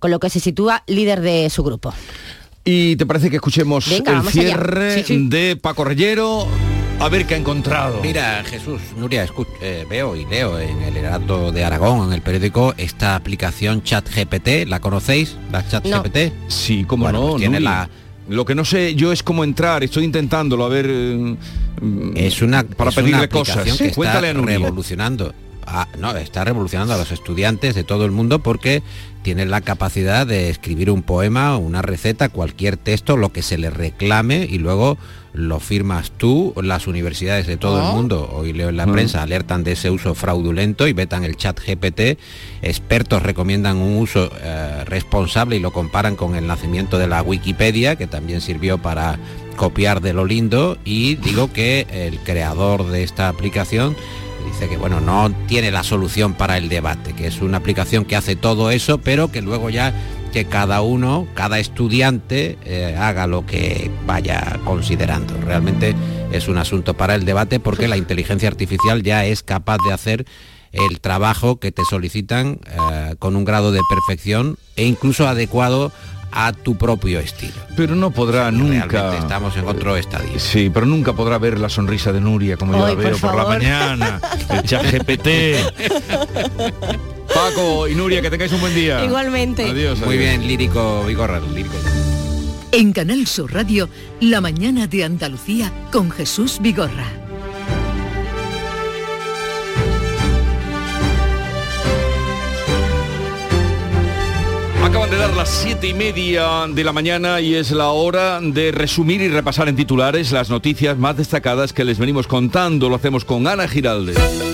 con lo que se sitúa líder de su grupo. ¿Y te parece que escuchemos Venga, el cierre sí, sí. de Paco Reyero? A ver qué ha encontrado. Mira, Jesús, Nuria, escuch, eh, veo y leo en el Heraldo de Aragón, en el periódico, esta aplicación ChatGPT. ¿La conocéis? ¿La ChatGPT? No. Sí, cómo bueno, no. Pues tiene Nuria. la... Lo que no sé yo es cómo entrar, estoy intentándolo, a ver... Es una, para es pedirle una aplicación cosas. que está Cuéntale a Nuria. revolucionando. Ah, no, está revolucionando a los estudiantes de todo el mundo porque tienen la capacidad de escribir un poema, una receta, cualquier texto, lo que se les reclame y luego lo firmas tú. Las universidades de todo oh. el mundo, hoy leo en la mm. prensa, alertan de ese uso fraudulento y vetan el chat G P T. Expertos recomiendan un uso eh, responsable y lo comparan con el nacimiento de la Wikipedia, que también sirvió para copiar de lo lindo, y digo que el creador de esta aplicación dice que bueno, no tiene la solución para el debate, que es una aplicación que hace todo eso, pero que luego ya que cada uno, cada estudiante eh, haga lo que vaya considerando. Realmente es un asunto para el debate porque la inteligencia artificial ya es capaz de hacer el trabajo que te solicitan eh, con un grado de perfección e incluso adecuado a tu propio estilo. Pero no podrá sí, nunca... Realmente estamos en otro estadio. Sí, pero nunca podrá ver la sonrisa de Nuria como Ay, yo la veo por, por la mañana. El chat G P T. Paco y Nuria, que tengáis un buen día. Igualmente. Adiós. Muy adiós. Bien, lírico Vigorra, lírico. En Canal Sur Radio, La mañana de Andalucía con Jesús Vigorra. Acaban de dar las siete y media de la mañana y es la hora de resumir y repasar en titulares las noticias más destacadas que les venimos contando. Lo hacemos con Ana Giralde.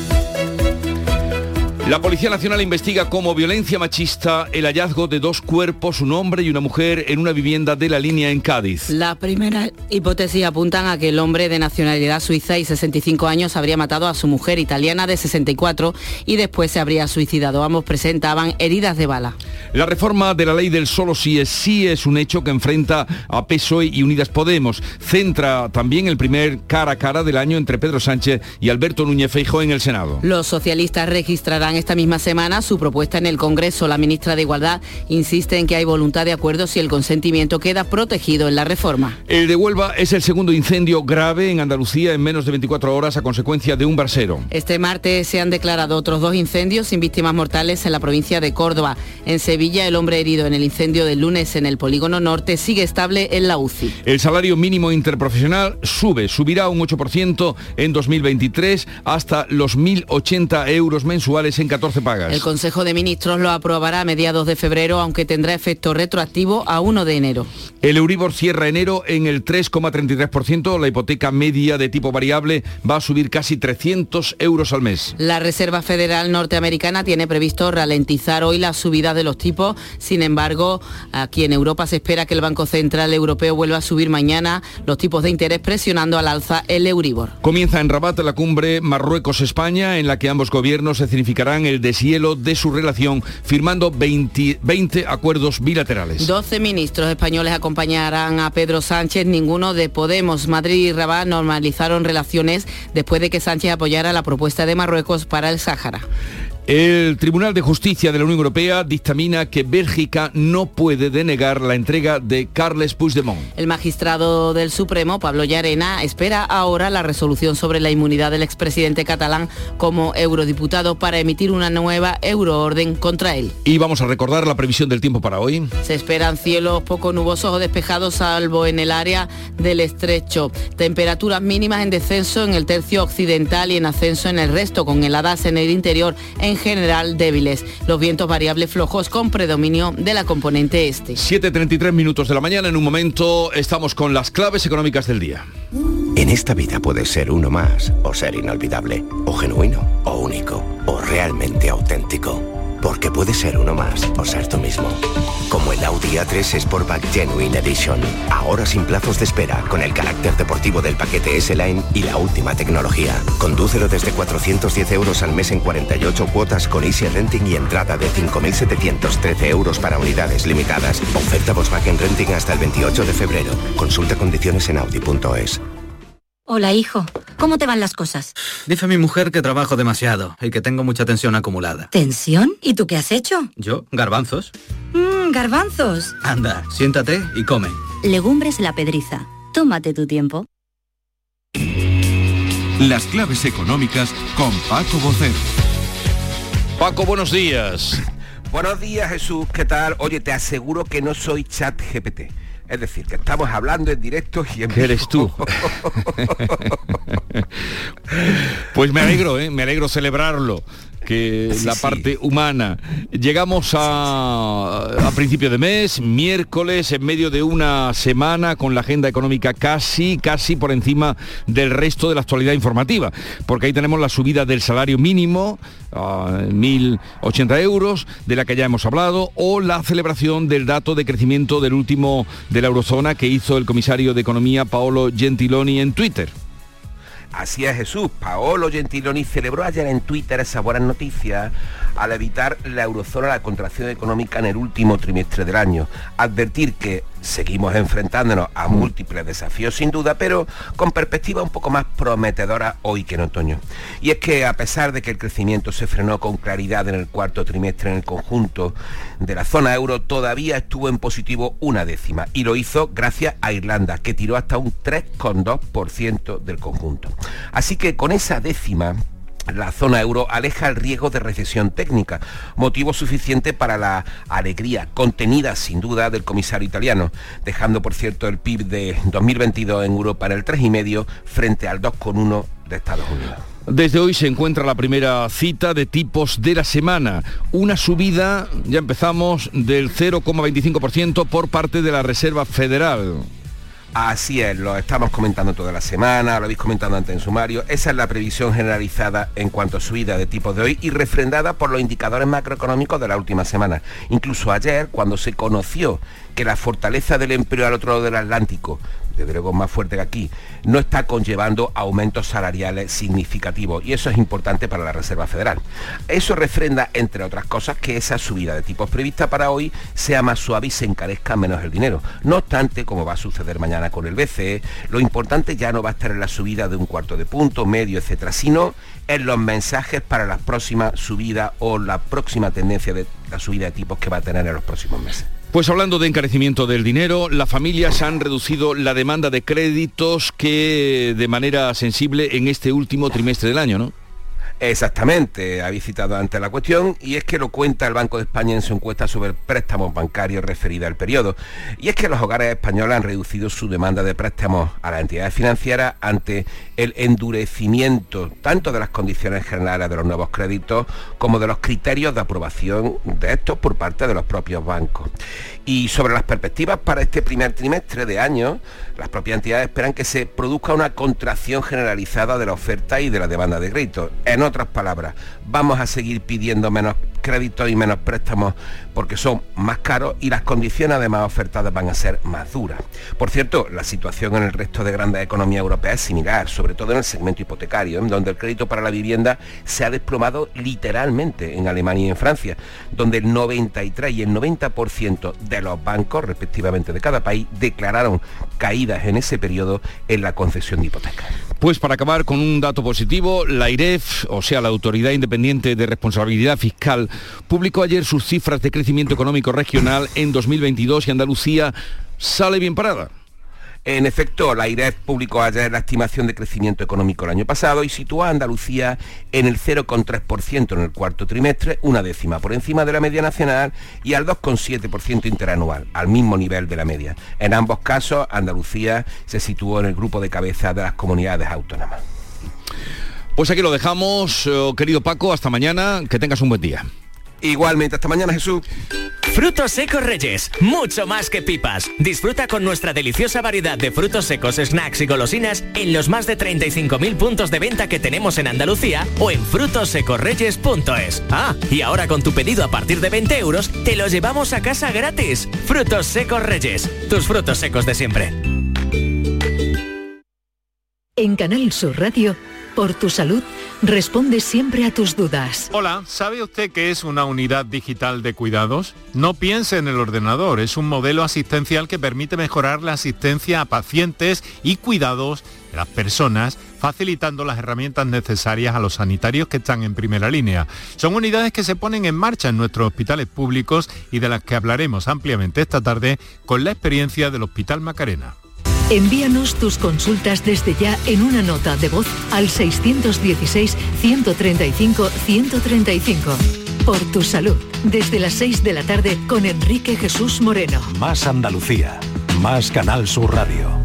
La Policía Nacional investiga como violencia machista el hallazgo de dos cuerpos, un hombre y una mujer, en una vivienda de La Línea en Cádiz. La primera hipótesis apuntan a que el hombre de nacionalidad suiza y sesenta y cinco años habría matado a su mujer italiana de sesenta y cuatro y después se habría suicidado. Ambos presentaban heridas de bala. La reforma de la ley del solo sí es sí es un hecho que enfrenta a P S O E y Unidas Podemos. Centra también el primer cara a cara del año entre Pedro Sánchez y Alberto Núñez Feijóo en el Senado. Los socialistas registrarán esta misma semana su propuesta en el Congreso. La ministra de Igualdad insiste en que hay voluntad de acuerdo si el consentimiento queda protegido en la reforma. El de Huelva es el segundo incendio grave en Andalucía en menos de veinticuatro horas a consecuencia de un brasero. Este martes se han declarado otros dos incendios sin víctimas mortales en la provincia de Córdoba. En Sevilla, el hombre herido en el incendio del lunes en el Polígono Norte sigue estable en la U C I. El salario mínimo interprofesional sube, subirá un ocho por ciento en dos mil veintitrés hasta los mil ochenta euros mensuales en catorce pagas. El Consejo de Ministros lo aprobará a mediados de febrero, aunque tendrá efecto retroactivo a uno de enero. El Euribor cierra enero en el tres coma treinta y tres por ciento. La hipoteca media de tipo variable va a subir casi trescientos euros al mes. La Reserva Federal norteamericana tiene previsto ralentizar hoy la subida de los tipos. Sin embargo, aquí en Europa se espera que el Banco Central Europeo vuelva a subir mañana los tipos de interés, presionando al alza el Euribor. Comienza en Rabat la cumbre Marruecos-España, en la que ambos gobiernos escenificarán el deshielo de su relación, firmando veinte, veinte acuerdos bilaterales. doce ministros españoles acompañarán a Pedro Sánchez, ninguno de Podemos. Madrid y Rabat normalizaron relaciones después de que Sánchez apoyara la propuesta de Marruecos para el Sáhara. El Tribunal de Justicia de la Unión Europea dictamina que Bélgica no puede denegar la entrega de Carles Puigdemont. El magistrado del Supremo, Pablo Llarena, espera ahora la resolución sobre la inmunidad del expresidente catalán como eurodiputado para emitir una nueva euroorden contra él. Y vamos a recordar la previsión del tiempo para hoy. Se esperan cielos poco nubosos o despejados, salvo en el área del estrecho. Temperaturas mínimas en descenso en el tercio occidental y en ascenso en el resto, con heladas en el interior, en general débiles. Los vientos variables flojos con predominio de la componente este. siete treinta y tres minutos de la mañana. En un momento estamos con las claves económicas del día. En esta vida puedes ser uno más, o ser inolvidable, o genuino, o único, o realmente auténtico. Porque puedes ser uno más o ser tú mismo. Como el Audi A tres Sportback Genuine Edition. Ahora sin plazos de espera, con el carácter deportivo del paquete S-Line y la última tecnología. Condúcelo desde cuatrocientos diez euros al mes en cuarenta y ocho cuotas con Easy Renting y entrada de cinco mil setecientos trece euros para unidades limitadas. Oferta Volkswagen Renting hasta el veintiocho de febrero. Consulta condiciones en audi punto es. Hola, hijo. ¿Cómo te van las cosas? Dice mi mujer que trabajo demasiado y que tengo mucha tensión acumulada. ¿Tensión? ¿Y tú qué has hecho? ¿Yo? ¿Garbanzos? Mmm, garbanzos. Anda, siéntate y come. Legumbres La Pedriza. Tómate tu tiempo. Las claves económicas con Paco Bocero. Paco, buenos días. Buenos días, Jesús. ¿Qué tal? Oye, te aseguro que no soy ChatGPT. Es decir, que estamos hablando en directo y en vivo. ¿Qué eres tú? Pues me alegro, ¿eh? Me alegro celebrarlo, que sí, la parte sí. humana. Llegamos a, a principio de mes, miércoles, en medio de una semana con la agenda económica casi, casi por encima del resto de la actualidad informativa, porque ahí tenemos la subida del salario mínimo a mil ochenta euros, de la que ya hemos hablado, o la celebración del dato de crecimiento del último de la eurozona que hizo el comisario de Economía Paolo Gentiloni en Twitter. Así es, Jesús. Paolo Gentiloni celebró ayer en Twitter esa buena noticia al evitar la eurozona la contracción económica en el último trimestre del año. Advertir que seguimos enfrentándonos a múltiples desafíos sin duda, pero con perspectiva un poco más prometedora hoy que en otoño. Y es que a pesar de que el crecimiento se frenó con claridad en el cuarto trimestre en el conjunto de la zona euro, todavía estuvo en positivo una décima, y lo hizo gracias a Irlanda, que tiró hasta un tres coma dos por ciento del conjunto. Así que con esa décima, la zona euro aleja el riesgo de recesión técnica, motivo suficiente para la alegría contenida sin duda del comisario italiano, dejando por cierto el P I B de dos mil veintidós en Europa en el tres coma cinco frente al dos coma uno de Estados Unidos. Desde hoy se encuentra la primera cita de tipos de la semana, una subida, ya empezamos, del cero coma veinticinco por ciento por parte de la Reserva Federal. Así es, lo estamos comentando toda la semana, lo habéis comentado antes en sumario. Esa es la previsión generalizada en cuanto a subida de tipos de hoy y refrendada por los indicadores macroeconómicos de la última semana. Incluso ayer, cuando se conoció que la fortaleza del empleo al otro lado del Atlántico, desde luego más fuerte que aquí, no está conllevando aumentos salariales significativos, y eso es importante para la Reserva Federal. Eso refrenda, entre otras cosas, que esa subida de tipos prevista para hoy sea más suave y se encarezca menos el dinero. No obstante, como va a suceder mañana con el B C E, lo importante ya no va a estar en la subida de un cuarto de punto, medio, etcétera, sino en los mensajes para la próxima subida o la próxima tendencia de la subida de tipos que va a tener en los próximos meses. Pues hablando de encarecimiento del dinero, las familias han reducido la demanda de créditos que de manera sensible en este último trimestre del año, ¿no? Exactamente, habéis citado antes la cuestión, y es que lo cuenta el Banco de España en su encuesta sobre préstamos bancarios referida al periodo. Y es que los hogares españoles han reducido su demanda de préstamos a las entidades financieras ante el endurecimiento tanto de las condiciones generales de los nuevos créditos como de los criterios de aprobación de estos por parte de los propios bancos. Y sobre las perspectivas para este primer trimestre de año, las propias entidades esperan que se produzca una contracción generalizada de la oferta y de la demanda de crédito. En otras palabras, vamos a seguir pidiendo menos créditos y menos préstamos porque son más caros y las condiciones además ofertadas van a ser más duras. Por cierto, la situación en el resto de grandes economías europeas es similar, sobre todo en el segmento hipotecario, en donde el crédito para la vivienda se ha desplomado literalmente en Alemania y en Francia, donde el noventa y tres y el noventa por ciento de los bancos, respectivamente de cada país, declararon caídas en ese periodo en la concesión de hipotecas. Pues para acabar con un dato positivo, la AIREF, o sea, la Autoridad Independiente de Responsabilidad Fiscal, publicó ayer sus cifras de crecimiento económico regional en dos mil veintidós y Andalucía sale bien parada. En efecto, la AIREF publicó ayer la estimación de crecimiento económico el año pasado y sitúa a Andalucía en el cero coma tres por ciento en el cuarto trimestre, una décima por encima de la media nacional, y al dos coma siete por ciento interanual, al mismo nivel de la media. En ambos casos, Andalucía se situó en el grupo de cabeza de las comunidades autónomas. Pues aquí lo dejamos, querido Paco, hasta mañana, que tengas un buen día. Igualmente, hasta mañana, Jesús. Frutos secos Reyes, mucho más que pipas. Disfruta con nuestra deliciosa variedad de frutos secos, snacks y golosinas en los más de treinta y cinco mil puntos de venta que tenemos en Andalucía o en frutos secos reyes punto es. Ah, y ahora con tu pedido a partir de veinte euros, te lo llevamos a casa gratis. Frutos secos Reyes, tus frutos secos de siempre. En Canal Sur Radio, por tu salud, responde siempre a tus dudas. Hola, ¿sabe usted qué es una unidad digital de cuidados? No piense en el ordenador, es un modelo asistencial que permite mejorar la asistencia a pacientes y cuidados de las personas, facilitando las herramientas necesarias a los sanitarios que están en primera línea. Son unidades que se ponen en marcha en nuestros hospitales públicos y de las que hablaremos ampliamente esta tarde con la experiencia del Hospital Macarena. Envíanos tus consultas desde ya en una nota de voz al seiscientos dieciséis, ciento treinta y cinco, ciento treinta y cinco. Por tu salud, desde las seis de la tarde con Enrique Jesús Moreno. Más Andalucía, más Canal Sur Radio.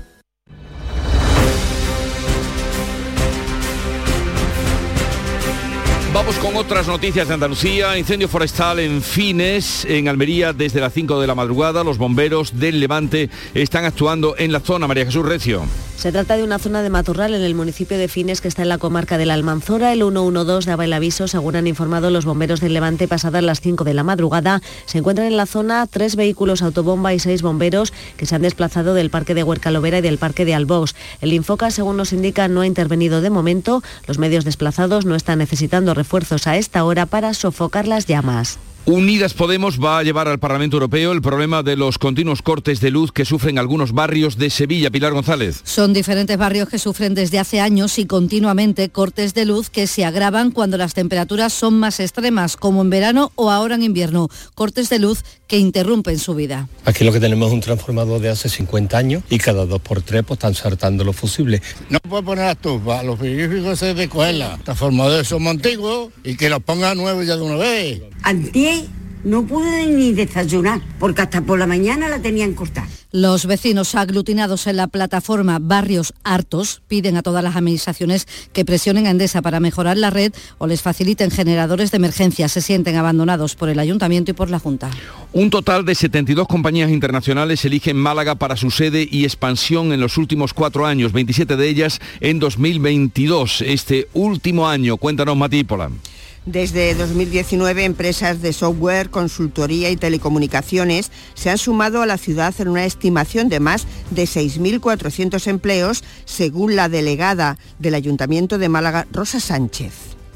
Vamos con otras noticias de Andalucía. Incendio forestal en Fines, en Almería, desde las cinco de la madrugada. Los bomberos del Levante están actuando en la zona. María Jesús Recio. Se trata de una zona de matorral en el municipio de Fines, que está en la comarca de la Almanzora. El ciento doce daba el aviso, según han informado los bomberos del Levante, pasadas las cinco de la madrugada. Se encuentran en la zona tres vehículos autobomba y seis bomberos que se han desplazado del parque de Huercalovera y del parque de Albós. El Infoca, según nos indica, no ha intervenido de momento. Los medios desplazados no están necesitando refuerzos a esta hora para sofocar las llamas. Unidas Podemos va a llevar al Parlamento Europeo el problema de los continuos cortes de luz que sufren algunos barrios de Sevilla. Pilar González. Son diferentes barrios que sufren desde hace años y continuamente cortes de luz que se agravan cuando las temperaturas son más extremas, como en verano o ahora en invierno. Cortes de luz que interrumpen su vida. Aquí lo que tenemos es un transformador de hace cincuenta años y cada dos por tres pues, están saltando los fusibles. No puede poner las tubas, los frigoríficos se de cogerla. Transformadores son antiguos y que los pongan nuevos ya de una vez. Antier no pude ni desayunar porque hasta por la mañana la tenían cortada. Los vecinos aglutinados en la plataforma Barrios Hartos piden a todas las administraciones que presionen a Endesa para mejorar la red o les faciliten generadores de emergencia. Se sienten abandonados por el Ayuntamiento y por la Junta. Un total de setenta y dos compañías internacionales eligen Málaga para su sede y expansión en los últimos cuatro años, veintisiete de ellas en dos mil veintidós, este último año. Cuéntanos, Matípola. Desde dos mil diecinueve, empresas de software, consultoría y telecomunicaciones se han sumado a la ciudad en una estimación de más de seis mil cuatrocientos empleos, según la delegada del Ayuntamiento de Málaga, Rosa Sánchez.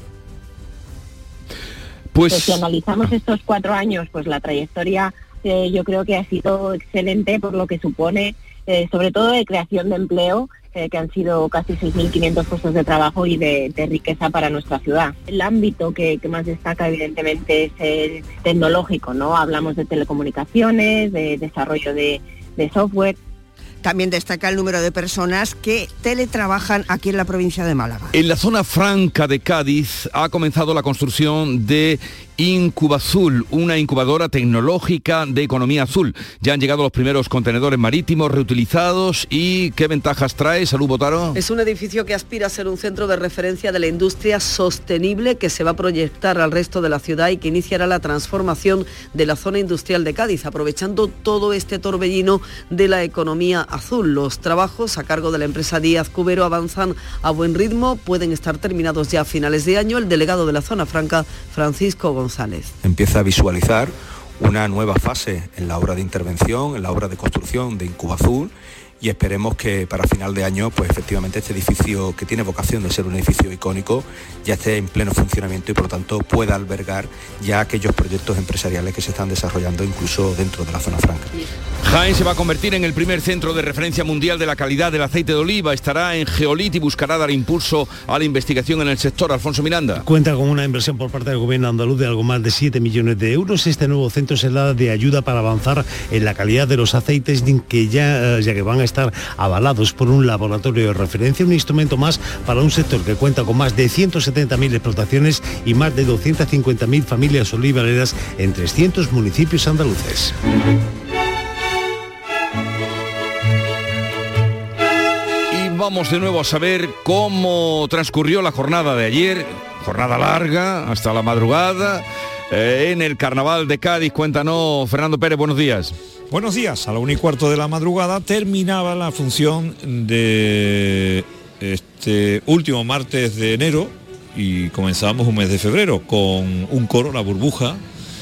Pues, pues si analizamos estos cuatro años, pues la trayectoria eh, yo creo que ha sido excelente por lo que supone, eh, sobre todo de creación de empleo, Eh, que han sido casi seis mil quinientos puestos de trabajo y de, de riqueza para nuestra ciudad. El ámbito que, que más destaca evidentemente es el tecnológico, ¿no? Hablamos de telecomunicaciones, de desarrollo de, de software. También destaca el número de personas que teletrabajan aquí en la provincia de Málaga. En la zona franca de Cádiz ha comenzado la construcción de Incubazul, una incubadora tecnológica de economía azul. Ya han llegado los primeros contenedores marítimos reutilizados. ¿Y qué ventajas trae? Salud, Botaro. Es un edificio que aspira a ser un centro de referencia de la industria sostenible que se va a proyectar al resto de la ciudad y que iniciará la transformación de la zona industrial de Cádiz, aprovechando todo este torbellino de la economía azul. Los trabajos a cargo de la empresa Díaz Cubero avanzan a buen ritmo, pueden estar terminados ya a finales de año. El delegado de la zona franca, Francisco González. Empieza a visualizar una nueva fase en la obra de intervención, en la obra de construcción de Incubazul, y esperemos que para final de año, pues efectivamente este edificio, que tiene vocación de ser un edificio icónico, ya esté en pleno funcionamiento y por lo tanto pueda albergar ya aquellos proyectos empresariales que se están desarrollando incluso dentro de la zona franca. Jaén se va a convertir en el primer centro de referencia mundial de la calidad del aceite de oliva. Estará en Geolit y buscará dar impulso a la investigación en el sector. Alfonso Miranda. Cuenta con una inversión por parte del gobierno andaluz de algo más de siete millones de euros. Este nuevo centro será de ayuda para avanzar en la calidad de los aceites que ya, ya que van a estar avalados por un laboratorio de referencia, un instrumento más para un sector que cuenta con más de ciento setenta mil explotaciones y más de doscientas cincuenta mil familias olivareras en trescientos municipios andaluces. Vamos de nuevo a saber cómo transcurrió la jornada de ayer, jornada larga, hasta la madrugada, eh, en el Carnaval de Cádiz. Cuéntanos, Fernando Pérez, buenos días. Buenos días, a la una y cuarto de la madrugada terminaba la función de este último martes de enero y comenzábamos un mes de febrero con un coro, La Burbuja,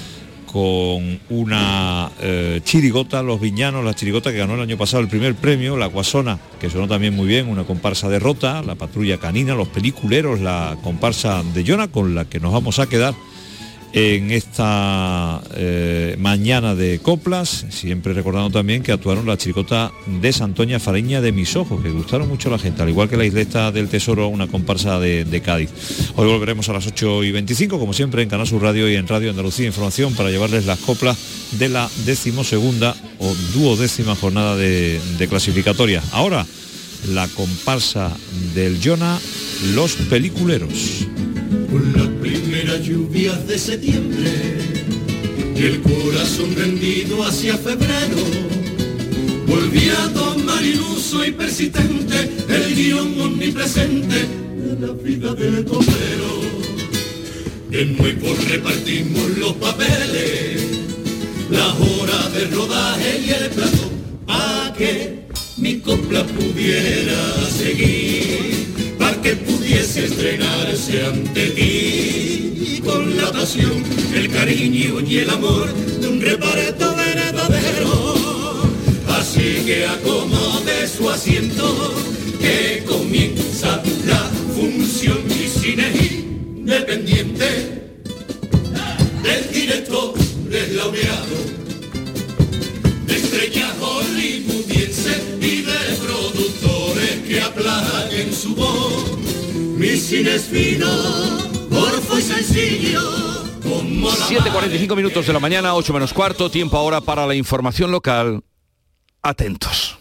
con una eh, chirigota, Los Viñanos, la chirigota que ganó el año pasado el primer premio, la Guasona, que sonó también muy bien, una comparsa de Rota, la Patrulla Canina, Los Peliculeros, la comparsa de Yona, con la que nos vamos a quedar en esta eh, mañana de coplas, siempre recordando también que actuaron la chiricota de Santoña Fariña de Mis Ojos, que gustaron mucho a la gente, al igual que la Isleta del Tesoro, una comparsa de, de Cádiz. Hoy volveremos a las ocho y veinticinco, como siempre, en Canal Sur Radio y en Radio Andalucía Información, para llevarles las coplas de la decimosegunda o duodécima jornada de, de clasificatoria. Ahora, la comparsa del Yona, Los Peliculeros. Con las primeras lluvias de septiembre y el corazón rendido hacia febrero, volví a tomar iluso y persistente el guión omnipresente de la vida del copero. De nuevo repartimos los papeles, las horas de rodaje y el plato, pa' que mi copla pudiera seguir, para que pudiese estrenarse ante ti, y con la pasión, el cariño y el amor de un reparto verdadero. Así que acomode su asiento, que comienza la función, y cine independiente del director del laureado, de estrellas hollywoodienses y de productores que aplaquen su voz. Mi cine es fino, orfo y sencillo. siete y cuarenta y cinco minutos de la mañana, ocho menos cuarto, tiempo ahora para la información local. Atentos.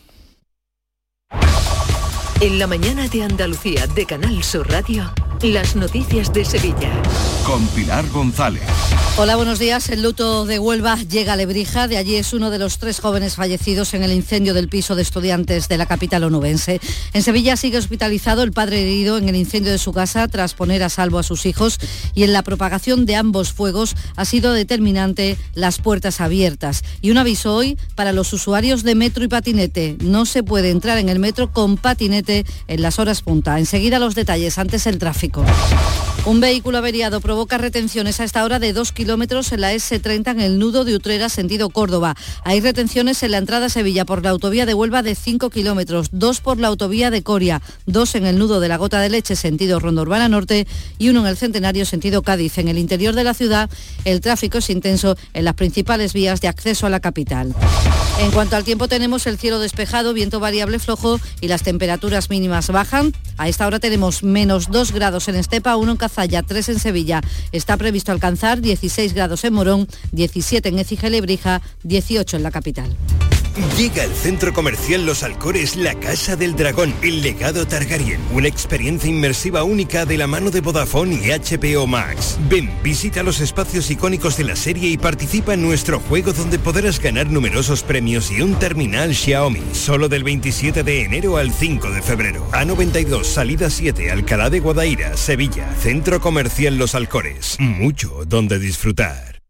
En la mañana de Andalucía de Canal Sur Radio, las noticias de Sevilla. Con Pilar González. Hola, buenos días. El luto de Huelva llega a Lebrija. De allí es uno de los tres jóvenes fallecidos en el incendio del piso de estudiantes de la capital onubense. En Sevilla sigue hospitalizado el padre herido en el incendio de su casa tras poner a salvo a sus hijos, y en la propagación de ambos fuegos ha sido determinante las puertas abiertas. Y un aviso hoy para los usuarios de metro y patinete. No se puede entrar en el metro con patinete en las horas punta. Enseguida los detalles, antes el tráfico. Un vehículo averiado provoca retenciones a esta hora de dos kilómetros en la ese treinta en el nudo de Utrera, sentido Córdoba. Hay retenciones en la entrada a Sevilla por la autovía de Huelva de cinco kilómetros, dos por la autovía de Coria, dos en el nudo de la Gota de Leche, sentido Ronda Urbana Norte, y uno en el Centenario, sentido Cádiz. En el interior de la ciudad, el tráfico es intenso en las principales vías de acceso a la capital. En cuanto al tiempo, tenemos el cielo despejado, viento variable flojo y las temperaturas mínimas bajan. A esta hora tenemos menos dos grados en Estepa, uno en Cazalla, tres en Sevilla. Está previsto alcanzar dieciséis grados en Morón, diecisiete en Écija y Lebrija, dieciocho en la capital. Llega al Centro Comercial Los Alcores la Casa del Dragón, el legado Targaryen, una experiencia inmersiva única de la mano de Vodafone y H B O Max. Ven, visita los espacios icónicos de la serie y participa en nuestro juego donde podrás ganar numerosos premios y un terminal Xiaomi, solo del veintisiete de enero al cinco de febrero. A noventa y dos, salida siete, Alcalá de Guadaira, Sevilla. Centro Comercial Los Alcores, mucho donde disfrutar.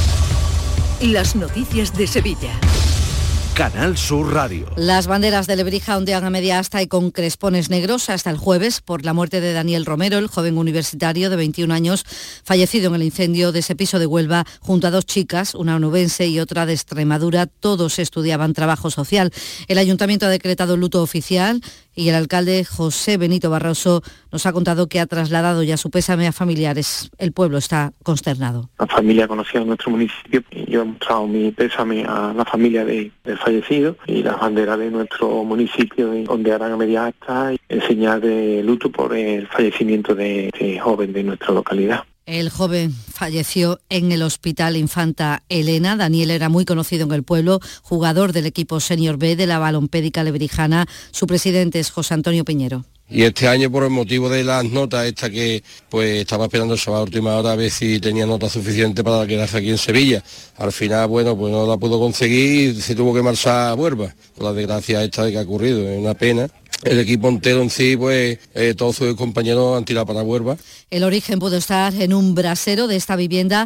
Las noticias de Sevilla. Canal Sur Radio. Las banderas de Lebrija ondean a media asta y con crespones negros hasta el jueves por la muerte de Daniel Romero, el joven universitario de veintiún años, fallecido en el incendio de ese piso de Huelva junto a dos chicas, una onubense y otra de Extremadura. Todos estudiaban trabajo social. El ayuntamiento ha decretado luto oficial y el alcalde José Benito Barroso nos ha contado que ha trasladado ya su pésame a familiares. El pueblo está consternado. La familia conocida en nuestro municipio y yo he mostrado mi pésame a la familia de, del fallecido, y las banderas de nuestro municipio ondearán a media asta en señal de luto por el fallecimiento de este joven de nuestra localidad. El joven falleció en el Hospital Infanta Elena. Daniel era muy conocido en el pueblo, jugador del equipo Senior B de la Balompédica Lebrijana. Su presidente es José Antonio Piñero. Y este año, por el motivo de las notas, esta que pues estaba esperando el sábado a última hora a ver si tenía notas suficientes para quedarse aquí en Sevilla. Al final, bueno, pues no la pudo conseguir y se tuvo que marchar a Huelva, por la desgracia esta de que ha ocurrido. Es una pena. El equipo entero en sí, pues eh, todos sus compañeros han tirado para Huelva. El origen pudo estar en un brasero de esta vivienda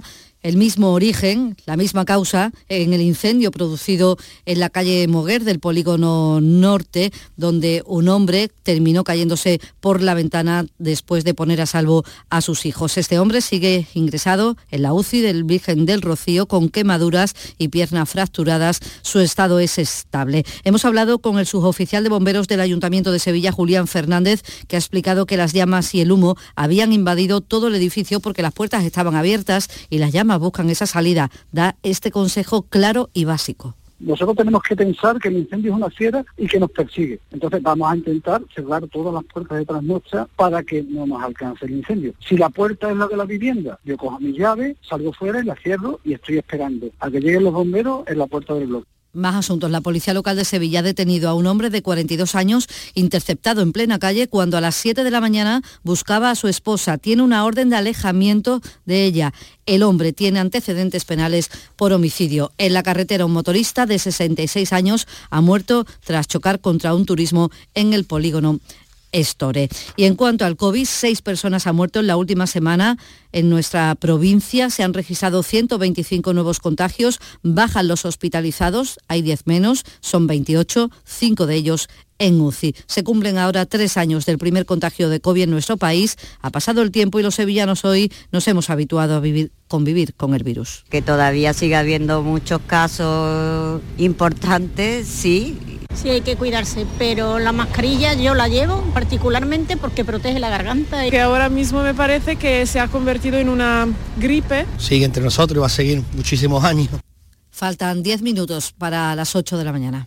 el mismo origen, la misma causa en el incendio producido en la calle Moguer del polígono norte, donde un hombre terminó cayéndose por la ventana después de poner a salvo a sus hijos. Este hombre sigue ingresado en la U C I del Virgen del Rocío con quemaduras y piernas fracturadas. Su estado es estable. Hemos hablado con el suboficial de bomberos del Ayuntamiento de Sevilla, Julián Fernández, que ha explicado que las llamas y el humo habían invadido todo el edificio porque las puertas estaban abiertas y las llamas buscan esa salida. Da este consejo claro y básico. Nosotros tenemos que pensar que el incendio es una fiera y que nos persigue. Entonces vamos a intentar cerrar todas las puertas detrás nuestra para que no nos alcance el incendio. Si la puerta es la de la vivienda, yo cojo mi llave, salgo fuera y la cierro y estoy esperando a que lleguen los bomberos en la puerta del bloque. Más asuntos. La Policía Local de Sevilla ha detenido a un hombre de cuarenta y dos años interceptado en plena calle cuando a las siete de la mañana buscaba a su esposa. Tiene una orden de alejamiento de ella. El hombre tiene antecedentes penales por homicidio. En la carretera, un motorista de sesenta y seis años ha muerto tras chocar contra un turismo en el polígono Estore. Y en cuanto al COVID, seis personas han muerto en la última semana en nuestra provincia. Se han registrado ciento veinticinco nuevos contagios, bajan los hospitalizados, hay diez menos, son veintiocho, cinco de ellos en U C I. Se cumplen ahora tres años del primer contagio de COVID en nuestro país. Ha pasado el tiempo y los sevillanos hoy nos hemos habituado a vivir, convivir con el virus. Que todavía sigue habiendo muchos casos importantes, sí. Sí, hay que cuidarse, pero la mascarilla yo la llevo particularmente porque protege la garganta. Que ahora mismo me parece que se ha convertido en una gripe. Sigue entre nosotros y va a seguir muchísimos años. Faltan diez minutos para las ocho de la mañana.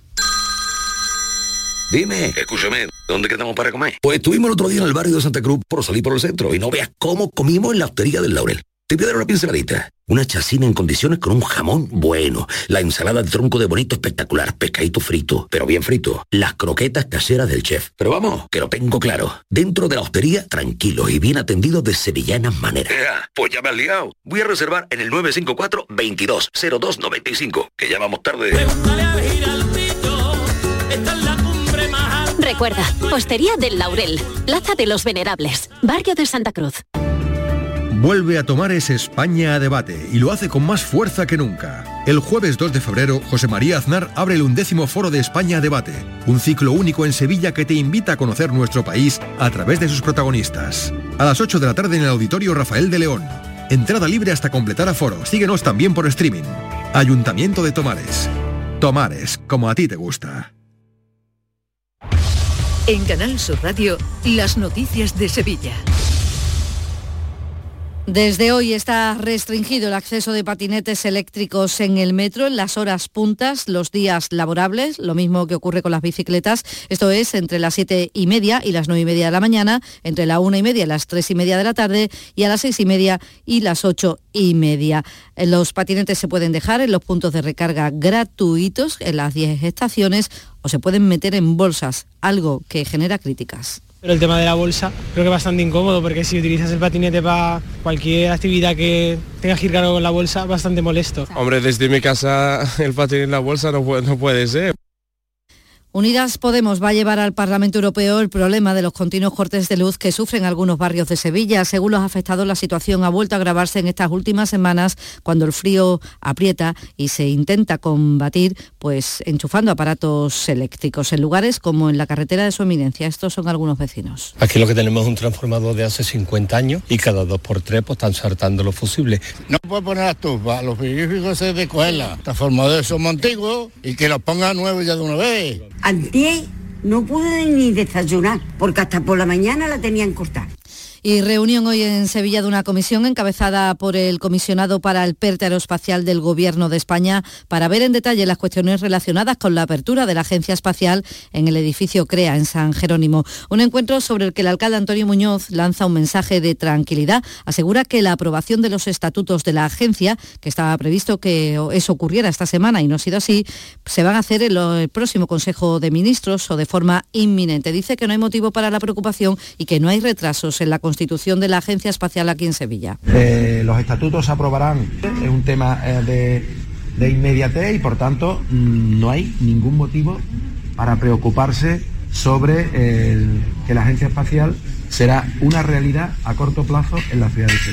Dime, escúchame, ¿dónde quedamos para comer? Pues estuvimos el otro día en el barrio de Santa Cruz por salir por el centro y no veas cómo comimos en la hostería del Laurel. Te voy a dar una pinceladita. Una chacina en condiciones con un jamón bueno. La ensalada de tronco de bonito espectacular. Pescadito frito, pero bien frito. Las croquetas caseras del chef. Pero vamos, que lo tengo claro. Dentro de la hostería, tranquilos y bien atendidos de sevillanas maneras. Yeah, pues ya me has liado. Voy a reservar en el nueve cinco cuatro, veintidós, cero dos noventa y cinco. Que ya vamos tarde. Recuerda, Hostería del Laurel, Plaza de los Venerables, Barrio de Santa Cruz. Vuelve a Tomares España a debate y lo hace con más fuerza que nunca. El jueves dos de febrero, José María Aznar abre el undécimo Foro de España a debate, un ciclo único en Sevilla que te invita a conocer nuestro país a través de sus protagonistas. A las ocho de la tarde en el Auditorio Rafael de León. Entrada libre hasta completar aforo. Síguenos también por streaming. Ayuntamiento de Tomares. Tomares, como a ti te gusta. En Canal Sur Radio, las noticias de Sevilla. Desde hoy está restringido el acceso de patinetes eléctricos en el metro en las horas puntas, los días laborables, lo mismo que ocurre con las bicicletas. Esto es entre las siete y media y las nueve y media de la mañana, entre la una y media y las tres y media de la tarde y a las seis y media y las ocho y media. Los patinetes se pueden dejar en los puntos de recarga gratuitos en las diez estaciones o se pueden meter en bolsas, algo que genera críticas. Pero el tema de la bolsa creo que es bastante incómodo porque si utilizas el patinete para cualquier actividad que tengas que ir cargado con la bolsa, es bastante molesto. Hombre, desde mi casa el patinete en la bolsa no puede, no puede ser. Unidas Podemos va a llevar al Parlamento Europeo el problema de los continuos cortes de luz que sufren algunos barrios de Sevilla. Según los afectados, la situación ha vuelto a agravarse en estas últimas semanas cuando el frío aprieta y se intenta combatir pues enchufando aparatos eléctricos en lugares como en la carretera de su eminencia. Estos son algunos vecinos. Aquí lo que tenemos es un transformador de hace cincuenta años y cada dos por tres pues están saltando los fusibles. No puede poner la estufa, los frigoríficos se de cogerla. Transformadores son antiguos y que los pongan nuevos ya de una vez. Antier no pude ni desayunar, porque hasta por la mañana la tenían cortada. Y reunión hoy en Sevilla de una comisión encabezada por el comisionado para el PERTE aeroespacial del Gobierno de España para ver en detalle las cuestiones relacionadas con la apertura de la Agencia Espacial en el edificio CREA en San Jerónimo. Un encuentro sobre el que el alcalde Antonio Muñoz lanza un mensaje de tranquilidad. Asegura que la aprobación de los estatutos de la agencia, que estaba previsto que eso ocurriera esta semana y no ha sido así, se van a hacer en el próximo Consejo de Ministros o de forma inminente. Dice que no hay motivo para la preocupación y que no hay retrasos en la constitución de la Agencia Espacial aquí en Sevilla. Eh, los estatutos se aprobarán, es un tema eh, de, de inmediatez y por tanto mmm, no hay ningún motivo para preocuparse sobre el, que la Agencia Espacial será una realidad a corto plazo en la ciudad de Sevilla.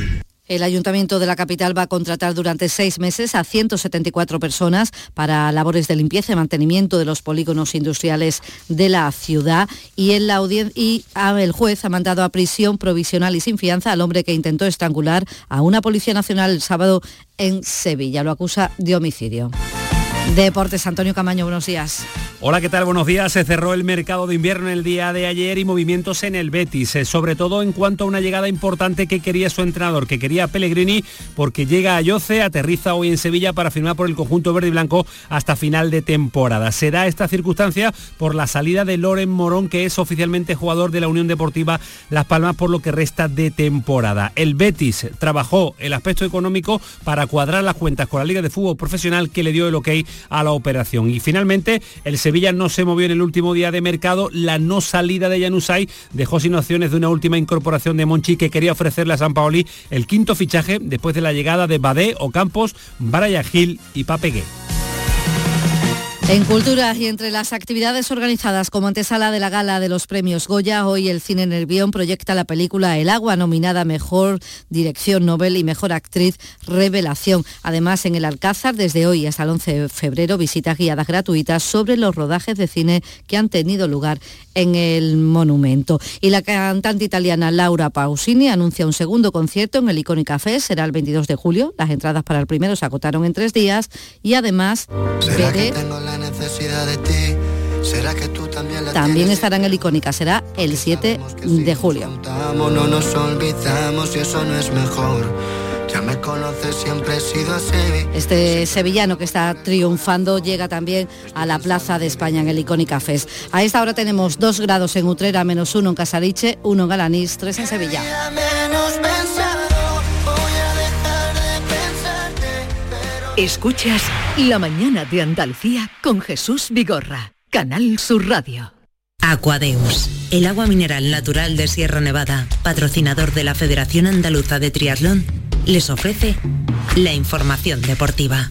El Ayuntamiento de la capital va a contratar durante seis meses a ciento setenta y cuatro personas para labores de limpieza y mantenimiento de los polígonos industriales de la ciudad. Y, en la audien- y el juez ha mandado a prisión provisional y sin fianza al hombre que intentó estrangular a una policía nacional el sábado en Sevilla. Lo acusa de homicidio. Deportes, Antonio Camaño, buenos días. Hola, ¿qué tal? Buenos días. Se cerró el mercado de invierno el día de ayer y movimientos en el Betis, eh, sobre todo en cuanto a una llegada importante que quería su entrenador, que quería Pellegrini, porque llega a Ayoce, aterriza hoy en Sevilla para firmar por el conjunto verde y blanco hasta final de temporada. Se da esta circunstancia por la salida de Loren Morón, que es oficialmente jugador de la Unión Deportiva Las Palmas por lo que resta de temporada. El Betis trabajó el aspecto económico para cuadrar las cuentas con la Liga de Fútbol Profesional, que le dio el ok a la operación. Y finalmente el Sevilla no se movió en el último día de mercado. La no salida de Januzaj dejó sin opciones de una última incorporación de Monchi, que quería ofrecerle a Sampaoli el quinto fichaje después de la llegada de Badé, Ocampos, Brian Hill y Papegué. En Cultura y entre las actividades organizadas como antesala de la gala de los premios Goya, hoy el Cine Nervión proyecta la película El agua, nominada a Mejor Dirección Nobel y Mejor Actriz Revelación. Además, en el Alcázar, desde hoy hasta el once de febrero, visitas guiadas gratuitas sobre los rodajes de cine que han tenido lugar en el monumento. Y la cantante italiana Laura Pausini anuncia un segundo concierto en el Icónica Fest, será el veintidós de julio. Las entradas para el primero se agotaron en tres días y además veré... necesidad de ti. ¿Será que tú también la También estará en el Icónica, será el siete de julio. No nos olvidamos y eso no es mejor. Ya me conoces, siempre he sido así. Este sevillano que está triunfando llega también a la Plaza de España en el Icónica Fest. A esta hora tenemos dos grados en Utrera, menos uno en Casariche, uno en Galanís, tres en Sevilla. Escuchas La Mañana de Andalucía con Jesús Vigorra, Canal Sur Radio. Aquadeus, el agua mineral natural de Sierra Nevada, patrocinador de la Federación Andaluza de Triatlón, les ofrece la información deportiva.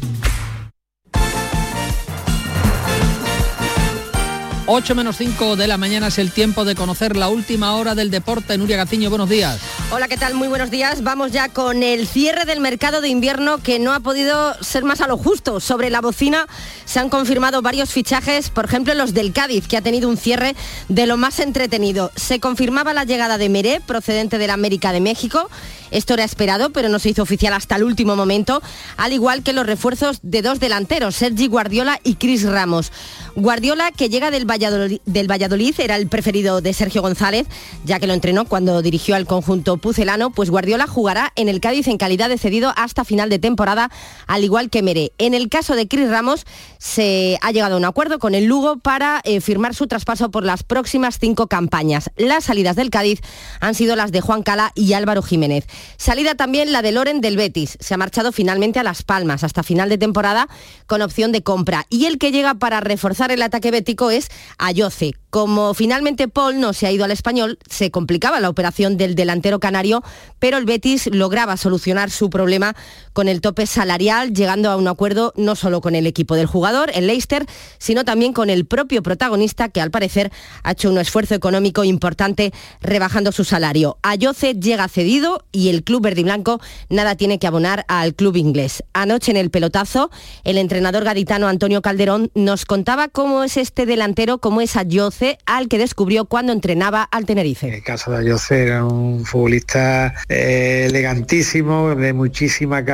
ocho menos cinco de la mañana es el tiempo de conocer la última hora del deporte. Nuria Gaciño, buenos días. Hola, ¿qué tal? Muy buenos días. Vamos ya con el cierre del mercado de invierno, que no ha podido ser más a lo justo. Sobre la bocina se han confirmado varios fichajes, por ejemplo los del Cádiz, que ha tenido un cierre de lo más entretenido. Se confirmaba la llegada de Meré, procedente de la América de México. Esto era esperado, pero no se hizo oficial hasta el último momento, al igual que los refuerzos de dos delanteros, Sergi Guardiola y Cris Ramos. Guardiola, que llega del Valladolid, del Valladolid, era el preferido de Sergio González, ya que lo entrenó cuando dirigió al conjunto pucelano. Pues Guardiola jugará en el Cádiz en calidad de cedido hasta final de temporada, al igual que Meré. En el caso de Cris Ramos, se ha llegado a un acuerdo con el Lugo para eh, firmar su traspaso por las próximas cinco campañas. Las salidas del Cádiz han sido las de Juan Cala y Álvaro Jiménez. Salida también la de Loren del Betis. Se ha marchado finalmente a Las Palmas hasta final de temporada con opción de compra. Y el que llega para reforzar el ataque bético es Ayoce. Como finalmente Paul no se ha ido al Español, se complicaba la operación del delantero canario, pero el Betis lograba solucionar su problema con el tope salarial, llegando a un acuerdo no solo con el equipo del jugador, el Leicester, sino también con el propio protagonista, que al parecer ha hecho un esfuerzo económico importante rebajando su salario. Ayoce llega cedido y el club verde y blanco nada tiene que abonar al club inglés. Anoche en el pelotazo, el entrenador gaditano Antonio Calderón nos contaba cómo es este delantero, cómo es Ayoce, al que descubrió cuando entrenaba al Tenerife. En el caso de Ayoce era un futbolista eh, elegantísimo, de muchísima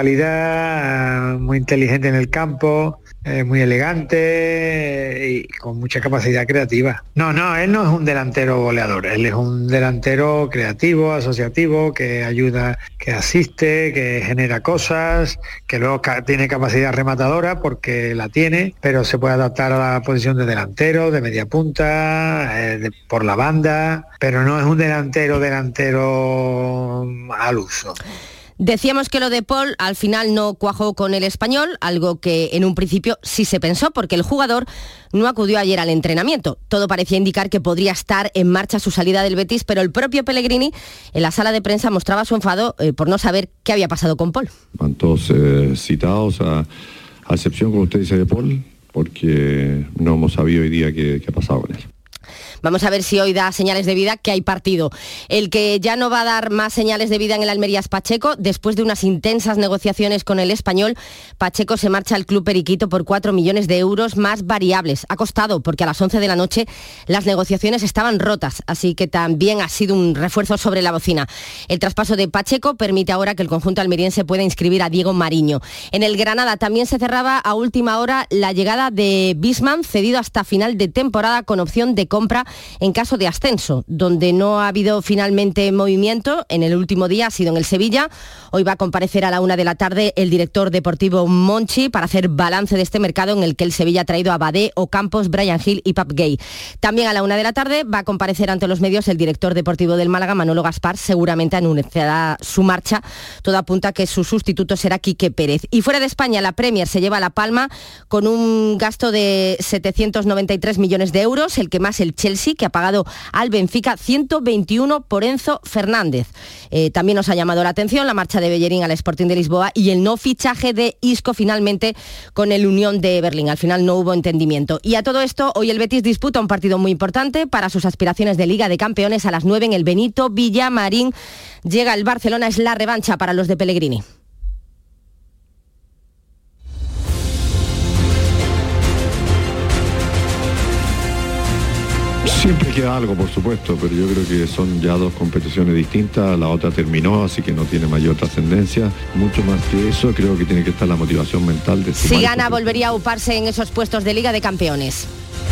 calidad, muy inteligente en el campo, eh, muy elegante y con mucha capacidad creativa. No, no, él no es un delantero goleador, él es un delantero creativo, asociativo, que ayuda, que asiste, que genera cosas, que luego ca- tiene capacidad rematadora porque la tiene, pero se puede adaptar a la posición de delantero, de media punta, eh, de, por la banda, pero no es un delantero delantero al uso. Decíamos que lo de Paul al final no cuajó con el Español, algo que en un principio sí se pensó, porque el jugador no acudió ayer al entrenamiento. Todo parecía indicar que podría estar en marcha su salida del Betis, pero el propio Pellegrini en la sala de prensa mostraba su enfado eh, por no saber qué había pasado con Paul. Van todos eh, citados, a, a excepción, como usted dice, de Paul, porque no hemos sabido hoy día qué, qué ha pasado con él. Vamos a ver si hoy da señales de vida, que hay partido. El que ya no va a dar más señales de vida en el Almería es Pacheco. Después de unas intensas negociaciones con el español, Pacheco se marcha al club periquito por cuatro millones de euros más variables. Ha costado, porque a las once de la noche las negociaciones estaban rotas, así que también ha sido un refuerzo sobre la bocina. El traspaso de Pacheco permite ahora que el conjunto almeriense pueda inscribir a Diego Mariño. En el Granada también se cerraba a última hora la llegada de Bisman, cedido hasta final de temporada con opción de compra en caso de ascenso. Donde no ha habido finalmente movimiento en el último día ha sido en el Sevilla. Hoy va a comparecer a la una de la tarde el director deportivo Monchi para hacer balance de este mercado en el que el Sevilla ha traído a Badé, Ocampos, Brian Hill y Pap Gay. También a la una de la tarde va a comparecer ante los medios el director deportivo del Málaga, Manolo Gaspar, seguramente anunciará su marcha. Todo apunta a que su sustituto será Quique Pérez. Y fuera de España, la Premier se lleva la palma con un gasto de setecientos noventa y tres millones de euros, el que más el Chelsea, que ha pagado al Benfica ciento veintiuno por Enzo Fernández. Eh, también nos ha llamado la atención la marcha de Bellerín al Sporting de Lisboa y el no fichaje de Isco finalmente con el Unión de Berlín. Al final no hubo entendimiento. Y a todo esto, hoy el Betis disputa un partido muy importante para sus aspiraciones de Liga de Campeones a las nueve en el Benito Villamarín. Llega el Barcelona, es la revancha para los de Pellegrini. Siempre queda algo, por supuesto, pero yo creo que son ya dos competiciones distintas. La otra terminó, así que no tiene mayor trascendencia. Mucho más que eso, creo que tiene que estar la motivación mental de si gana, volvería a uparse en esos puestos de Liga de Campeones.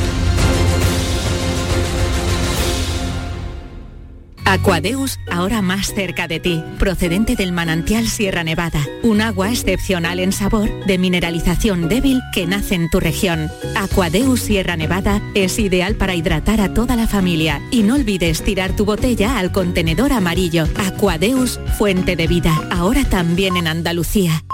Aquadeus, ahora más cerca de ti, procedente del manantial Sierra Nevada, un agua excepcional en sabor, de mineralización débil que nace en tu región. Aquadeus Sierra Nevada es ideal para hidratar a toda la familia y no olvides tirar tu botella al contenedor amarillo. Aquadeus, fuente de vida, ahora también en Andalucía.